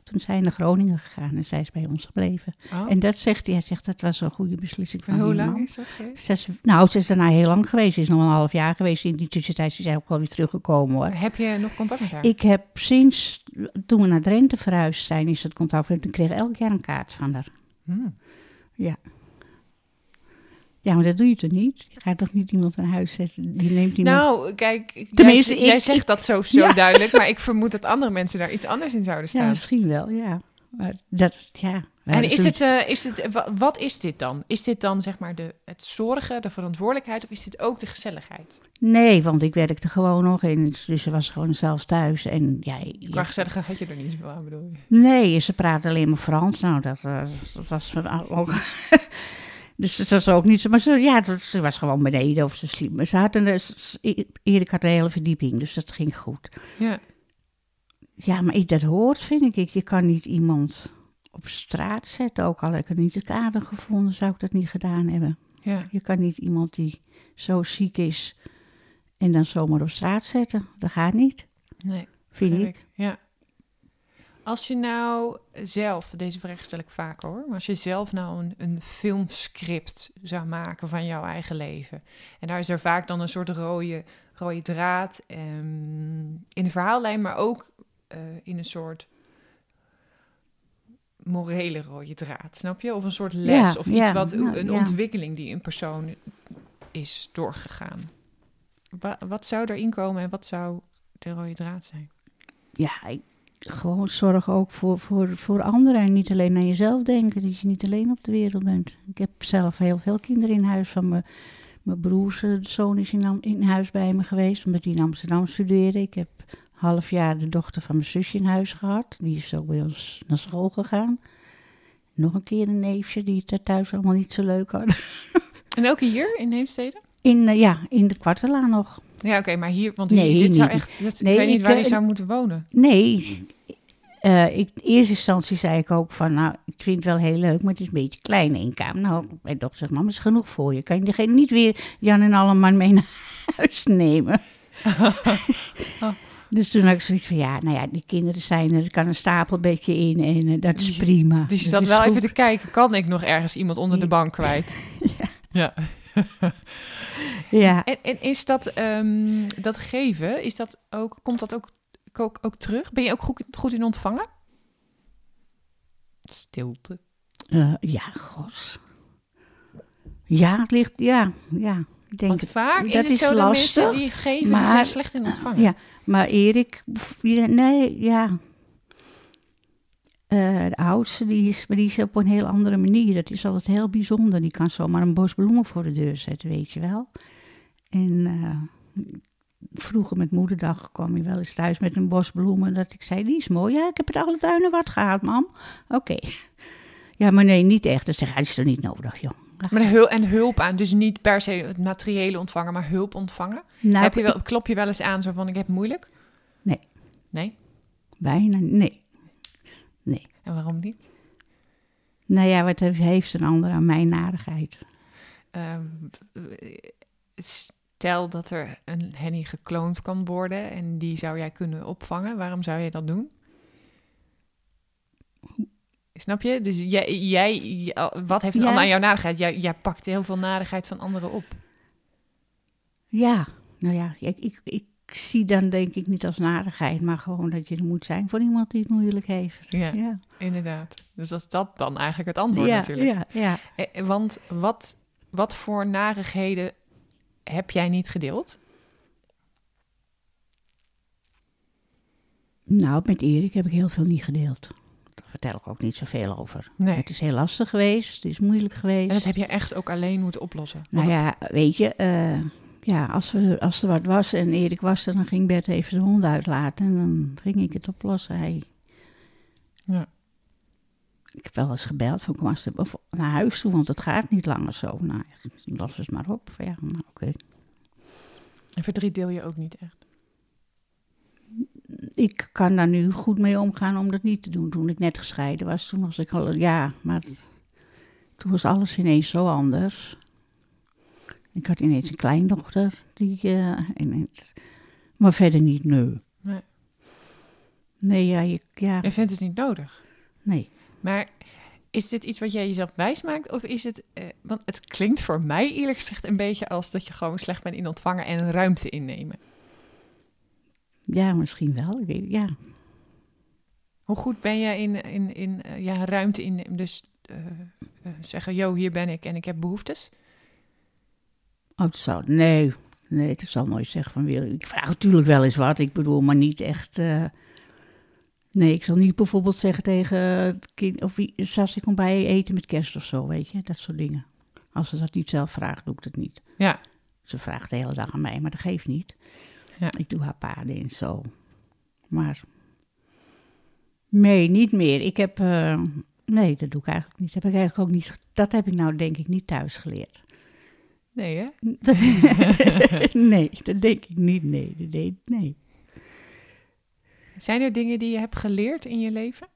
Toen zijn naar Groningen gegaan en zij is bij ons gebleven. Oh. En dat zegt hij. Hij zegt, dat was een goede beslissing van En hoe die lang man. is dat geweest? Ze is daarna heel lang geweest. Ze is nog een half jaar geweest. In die tussentijd is zij ook wel weer teruggekomen, hoor. Heb je nog contact met haar? Ik heb sinds, toen we naar Drenthe verhuisd zijn, is het contact. En ik kreeg elk jaar een kaart van haar. Ja. Ja, maar dat doe je toch niet? Je gaat toch niet iemand naar huis zetten? Die neemt iemand... Nou, kijk, Tenminste, jij zegt dat zo Ja. duidelijk, maar ik vermoed dat andere mensen daar iets anders in zouden staan. Ja, misschien wel, ja. Maar dat, ja. En wat is dit dan? Is dit dan zeg maar het zorgen, de verantwoordelijkheid of is dit ook de gezelligheid? Nee, want ik werkte gewoon nog in, dus ze was gewoon zelf thuis. En ja, Qua gezelligheid had je er niet zoveel aan, bedoel je? nee, ze praatte alleen maar Frans. Nou, dat was ook... Dus het was ook niet zo... Maar ze was gewoon beneden of ze sliep. Maar Erik had een hele verdieping, dus dat ging goed. Ja. Ja, maar dat hoort, vind ik. Je kan niet iemand op straat zetten. Ook al heb ik het niet aardig gevonden, zou ik dat niet gedaan hebben. Ja. Je kan niet iemand die zo ziek is en dan zomaar op straat zetten. Dat gaat niet, Nee. vind ik. Ja. Als je nou zelf, deze vraag stel ik vaker hoor, maar als je zelf nou een filmscript zou maken van jouw eigen leven. En daar is er vaak dan een soort rode draad in de verhaallijn, maar ook in een soort morele rode draad, snap je? Of een soort les Ja, of iets ja, wat nou, een ja. ontwikkeling die een persoon is doorgegaan. Wat zou erin komen en wat zou de rode draad zijn? Ja, gewoon zorg ook voor anderen en niet alleen aan jezelf denken. Dat je niet alleen op de wereld bent. Ik heb zelf heel veel kinderen in huis. Van mijn broers zoon is in huis bij me geweest, omdat die in Amsterdam studeerde. Ik heb half jaar de dochter van mijn zusje in huis gehad. Die is ook bij ons naar school gegaan. Nog een keer een neefje die het er thuis allemaal niet zo leuk had. En ook hier in Heemstede? In de Kwartelaan nog. Ja, oké, maar hier, want Nee, dit zou niet. echt... ik Nee, weet niet ik, waar die zou moeten wonen. Nee, in eerste instantie zei ik ook van, nou, ik vind het wel heel leuk, maar het is een beetje klein inkomen. Nou, mijn dochter zegt, mam, is genoeg voor je. Kan je degene niet weer Jan en Alleman mee naar huis nemen? Dus toen had ik zoiets van, ja, nou ja, die kinderen zijn er kan een stapelbedje in en dat is prima. Dus je Dat zat is wel goed. even te kijken, kan ik nog ergens iemand onder de bank kwijt? Ja. Ja. En is dat, dat geven, is dat ook, komt dat ook terug? Ben je ook goed in ontvangen? Stilte. Ja, gos. Ja, het ligt, ja. Ik denk, Want vaak dat is het zo dat lastig, mensen die geven, maar- die zijn slecht in ontvangen. Ja, maar Erik, nee, ja. De oudste, die is op een heel andere manier. Dat is altijd heel bijzonder. Die kan zomaar een bos bloemen voor de deur zetten, weet je wel. En vroeger met moederdag kwam hij wel eens thuis met een bos bloemen. Dat ik zei, die is mooi. Ja, ik heb het alle tuinen wat gehad, mam. Oké. Ja, maar nee, niet echt. Dus zeg, dat is toch niet nodig, joh. Maar hulp aan, dus niet per se het materiële ontvangen, maar hulp ontvangen. Nou, Klop je wel eens aan zo van, ik heb het moeilijk? Nee. Nee? bijna, nee. En waarom niet? Nou ja, wat heeft een ander aan mijn narigheid? Stel dat er een Henny gekloond kan worden en die zou jij kunnen opvangen. Waarom zou je dat doen? Snap je? Dus jij wat heeft een Ja. ander aan jouw narigheid? Jij pakt heel veel narigheid van anderen op. Ja, nou ja, ik zie dan denk ik niet als narigheid, maar gewoon dat je er moet zijn voor iemand die het moeilijk heeft. Ja, inderdaad. Dus dat is dat dan eigenlijk het antwoord ja, natuurlijk. ja. Want wat voor narigheden heb jij niet gedeeld? Nou, met Erik heb ik heel veel niet gedeeld. Daar vertel ik ook niet zoveel over. Nee. Het is heel lastig geweest, het is moeilijk geweest. En dat heb je echt ook alleen moeten oplossen? Nou ja, weet je, als er wat was en Erik was er, dan ging Bert even de hond uitlaten en dan ging ik het oplossen. Ja. Ik heb wel eens gebeld van kom eens naar huis toe, want het gaat niet langer zo. Nou, los het maar op. Ja, nou, oké. En verdriet deel je ook niet echt? Ik kan daar nu goed mee omgaan om dat niet te doen. Toen ik net gescheiden was, toen was ik al, ja, maar toen was alles ineens zo anders. Ik had ineens een kleindochter, maar verder niet, nee. Nee, ja, Je vindt het niet nodig. nee. Maar is dit iets wat jij jezelf wijsmaakt? Of is het... want het klinkt voor mij eerlijk gezegd een beetje als dat je gewoon slecht bent in ontvangen en ruimte innemen. Ja, misschien wel. Ik weet, ja. Hoe goed ben jij in ruimte innemen? Dus zeggen, yo, hier ben ik en ik heb behoeftes? Oh, het zou, nee, het zal nooit zeggen van wil. Ik vraag natuurlijk wel eens wat. Ik bedoel, maar niet echt. Nee, ik zal niet bijvoorbeeld zeggen tegen het kind of Sas, ik kom bij je eten met kerst of zo, weet je, dat soort dingen. Als ze dat niet zelf vraagt, doe ik dat niet. Ja. Ze vraagt de hele dag aan mij, maar dat geeft niet. Ja. Ik doe haar paarden en zo. Maar nee, niet meer. Ik heb nee, dat doe ik eigenlijk niet. Dat heb ik nou denk ik niet thuis geleerd. Nee, hè? Nee, dat denk ik niet. Nee. Zijn er dingen die je hebt geleerd in je leven?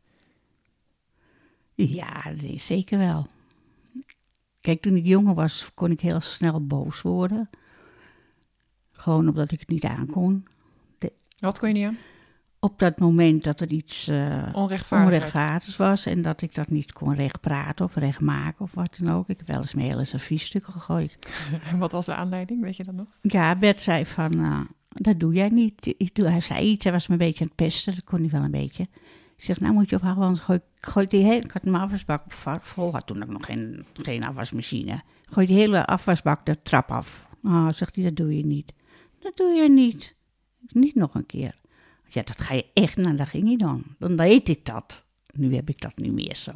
Ja, nee, zeker wel. Kijk, toen ik jonger was, kon ik heel snel boos worden. Gewoon omdat ik het niet aankon. Wat kon je niet aan? Op dat moment dat er iets onrechtvaardigs was en dat ik dat niet kon recht praten of recht maken of wat dan ook. Ik heb wel eens mijn hele serviesstuk gegooid. En wat was de aanleiding, weet je dat nog? Ja, Bert zei van, dat doe jij niet. Hij zei iets, hij was me een beetje aan het pesten, dat kon hij wel een beetje. Ik zeg, nou moet je ophouden, anders gooi die hele... Ik had mijn afwasbak vol, had toen ook nog geen afwasmachine. Gooi die hele afwasbak de trap af. Zegt hij, dat doe je niet. Dat doe je niet. Niet nog een keer. Ja, dat ga je echt, nou, dat ging hij dan. Dan deed ik dat. Nu heb ik dat niet meer zo.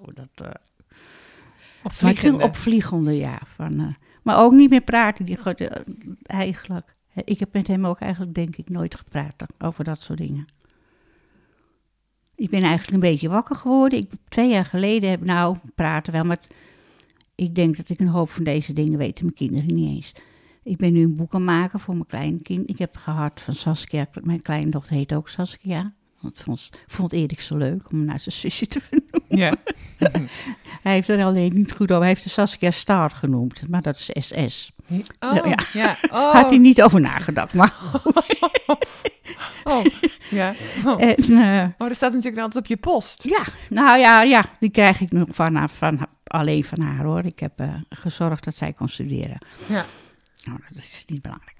Maar toen opvliegende, ja. Maar ook niet meer praten. Eigenlijk. Ik heb met hem ook eigenlijk, denk ik, nooit gepraat over dat soort dingen. Ik ben eigenlijk een beetje wakker geworden. 2 jaar geleden praten wel, maar ik denk dat ik een hoop van deze dingen weten mijn kinderen niet eens. Ik ben nu een boek aan het maken voor mijn kleinkind. Ik heb gehad van Saskia, mijn kleindochter heet ook Saskia. Want vond Erik zo leuk om naar zijn zusje te vernoemen. Ja. Hij heeft er alleen niet goed over. Hij heeft de Saskia Star genoemd, maar dat is SS. Oh, ja. Oh. Had hij niet over nagedacht, maar goed. Oh, ja. Oh. Dat staat natuurlijk altijd op je post. Ja, nou ja, die krijg ik nog alleen van haar hoor. Ik heb gezorgd dat zij kon studeren. Ja. Nou, dat is niet belangrijk.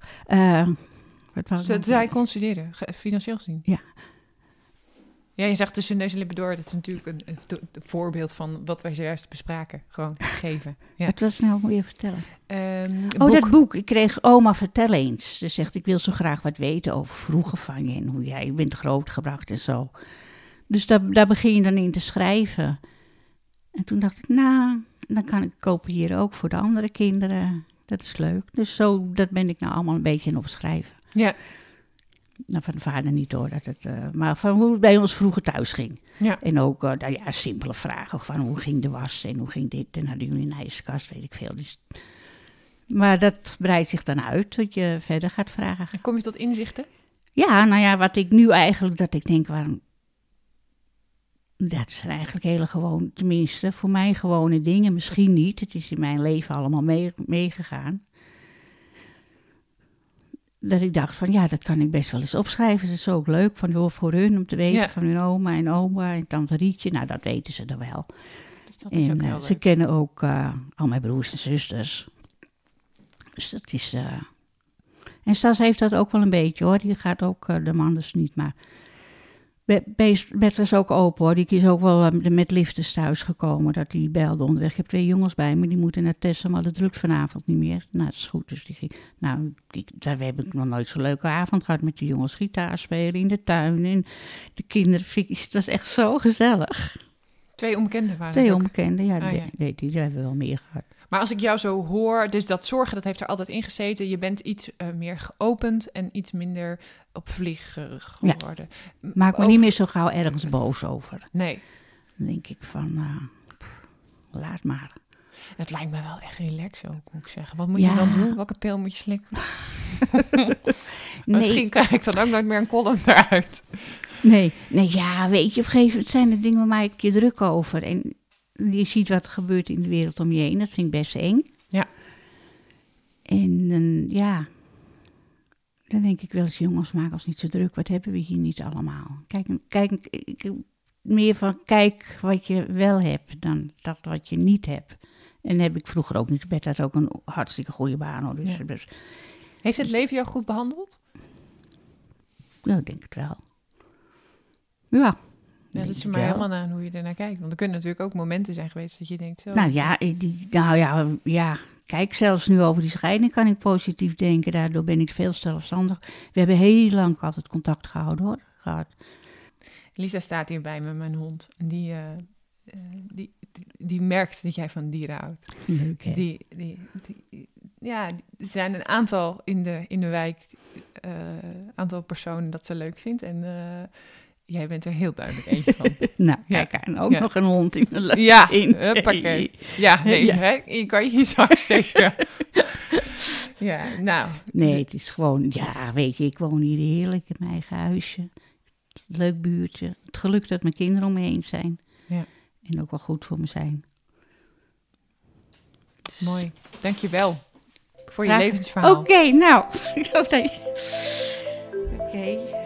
Zij kon studeren, financieel gezien? Ja. Ja, je zegt tussen neus en lippen door. Dat is natuurlijk een voorbeeld van wat wij zojuist bespraken. Gewoon geven. Ja. Het was nou, moet je vertellen. Dat boek. Ik kreeg oma vertel eens. Ze zegt, ik wil zo graag wat weten over vroeger van je. En hoe jij bent grootgebracht en zo. Dus daar begin je dan in te schrijven. En toen dacht ik, nou, dan kan ik kopiëren ook voor de andere kinderen. Dat is leuk. Dus dat ben ik nou allemaal een beetje aan opschrijven. Ja. Nou, van de vader niet hoor, maar van hoe het bij ons vroeger thuis ging. Ja. En ook simpele vragen van hoe ging de was en hoe ging dit en hadden jullie een ijskast, weet ik veel. Dus, maar dat breidt zich dan uit dat je verder gaat vragen. En kom je tot inzichten? Ja, nou ja, wat ik nu eigenlijk, dat ik denk, dat zijn eigenlijk hele gewone, tenminste voor mij gewone dingen, misschien niet. Het is in mijn leven allemaal meegegaan. Dat ik dacht van, ja, dat kan ik best wel eens opschrijven. Dat is ook leuk voor hun om te weten van hun oma en opa en tante Rietje. Nou, dat weten ze dan wel. Dus dat is ook heel leuk. Ze kennen ook al mijn broers en zusters. Dus dat is... En Sas heeft dat ook wel een beetje hoor. Die gaat ook, de man dus niet, maar... Bert was ook open hoor. Die is ook wel met liefdes thuis gekomen. Dat die belde onderweg. Ik heb 2 jongens bij me. Die moeten naar Tessa, maar dat lukt vanavond niet meer. Nou, dat is goed. Dus die ging. Nou, daar heb ik nog nooit zo'n leuke avond gehad met de jongens. Gitaar spelen in de tuin. En de kinderen. Het was echt zo gezellig. 2 onbekenden waren 2 het ook. onbekenden, ja. Die hebben we wel meer gehad. Maar als ik jou zo hoor, dus dat zorgen, dat heeft er altijd in gezeten. Je bent iets meer geopend en iets minder opvliegerig geworden. Ja. Maak me niet meer zo gauw ergens boos over. Nee. Dan denk ik van, laat maar. Het lijkt me wel echt relaxed ook, moet ik zeggen. Wat moet je dan doen? Welke pil moet je slikken? Misschien krijg ik dan ook nooit meer een column eruit. Nee, ja, weet je, op een gegeven moment zijn er dingen waar maak ik je druk over. En je ziet wat er gebeurt in de wereld om je heen. Dat vind ik best eng. Ja. En Dan denk ik wel eens, jongens, maak ons niet zo druk. Wat hebben we hier niet allemaal? Kijk wat je wel hebt dan dat wat je niet hebt. En heb ik vroeger ook niet. Bert had ook een hartstikke goede baan. Hoor. Dus, Heeft het leven jou goed behandeld? Nou, ik denk het wel. Ja. Dat is er maar helemaal aan hoe je ernaar kijkt. Want er kunnen natuurlijk ook momenten zijn geweest dat je denkt... Zo, kijk, zelfs nu over die scheiding kan ik positief denken. Daardoor ben ik veel zelfstandig. We hebben heel lang altijd contact gehouden, hoor. Lisa staat hier bij me, mijn hond. En die merkt dat jij van dieren houdt. Leuk, hè? Er zijn een aantal in de wijk, aantal personen dat ze leuk vindt. En jij bent er heel duidelijk eentje van. Nou, kijk, en ook nog een hond in mijn pakket. Ja, nee, hè? Je kan je hier zo steken. Ja, nou. Nee, het is gewoon, weet je, ik woon hier heerlijk in mijn eigen huisje. Leuk buurtje. Het geluk dat mijn kinderen om me heen zijn. Ja. En ook wel goed voor me zijn. Dus... Mooi. Dank je wel voor je levensverhaal. Oké, nou. Oké.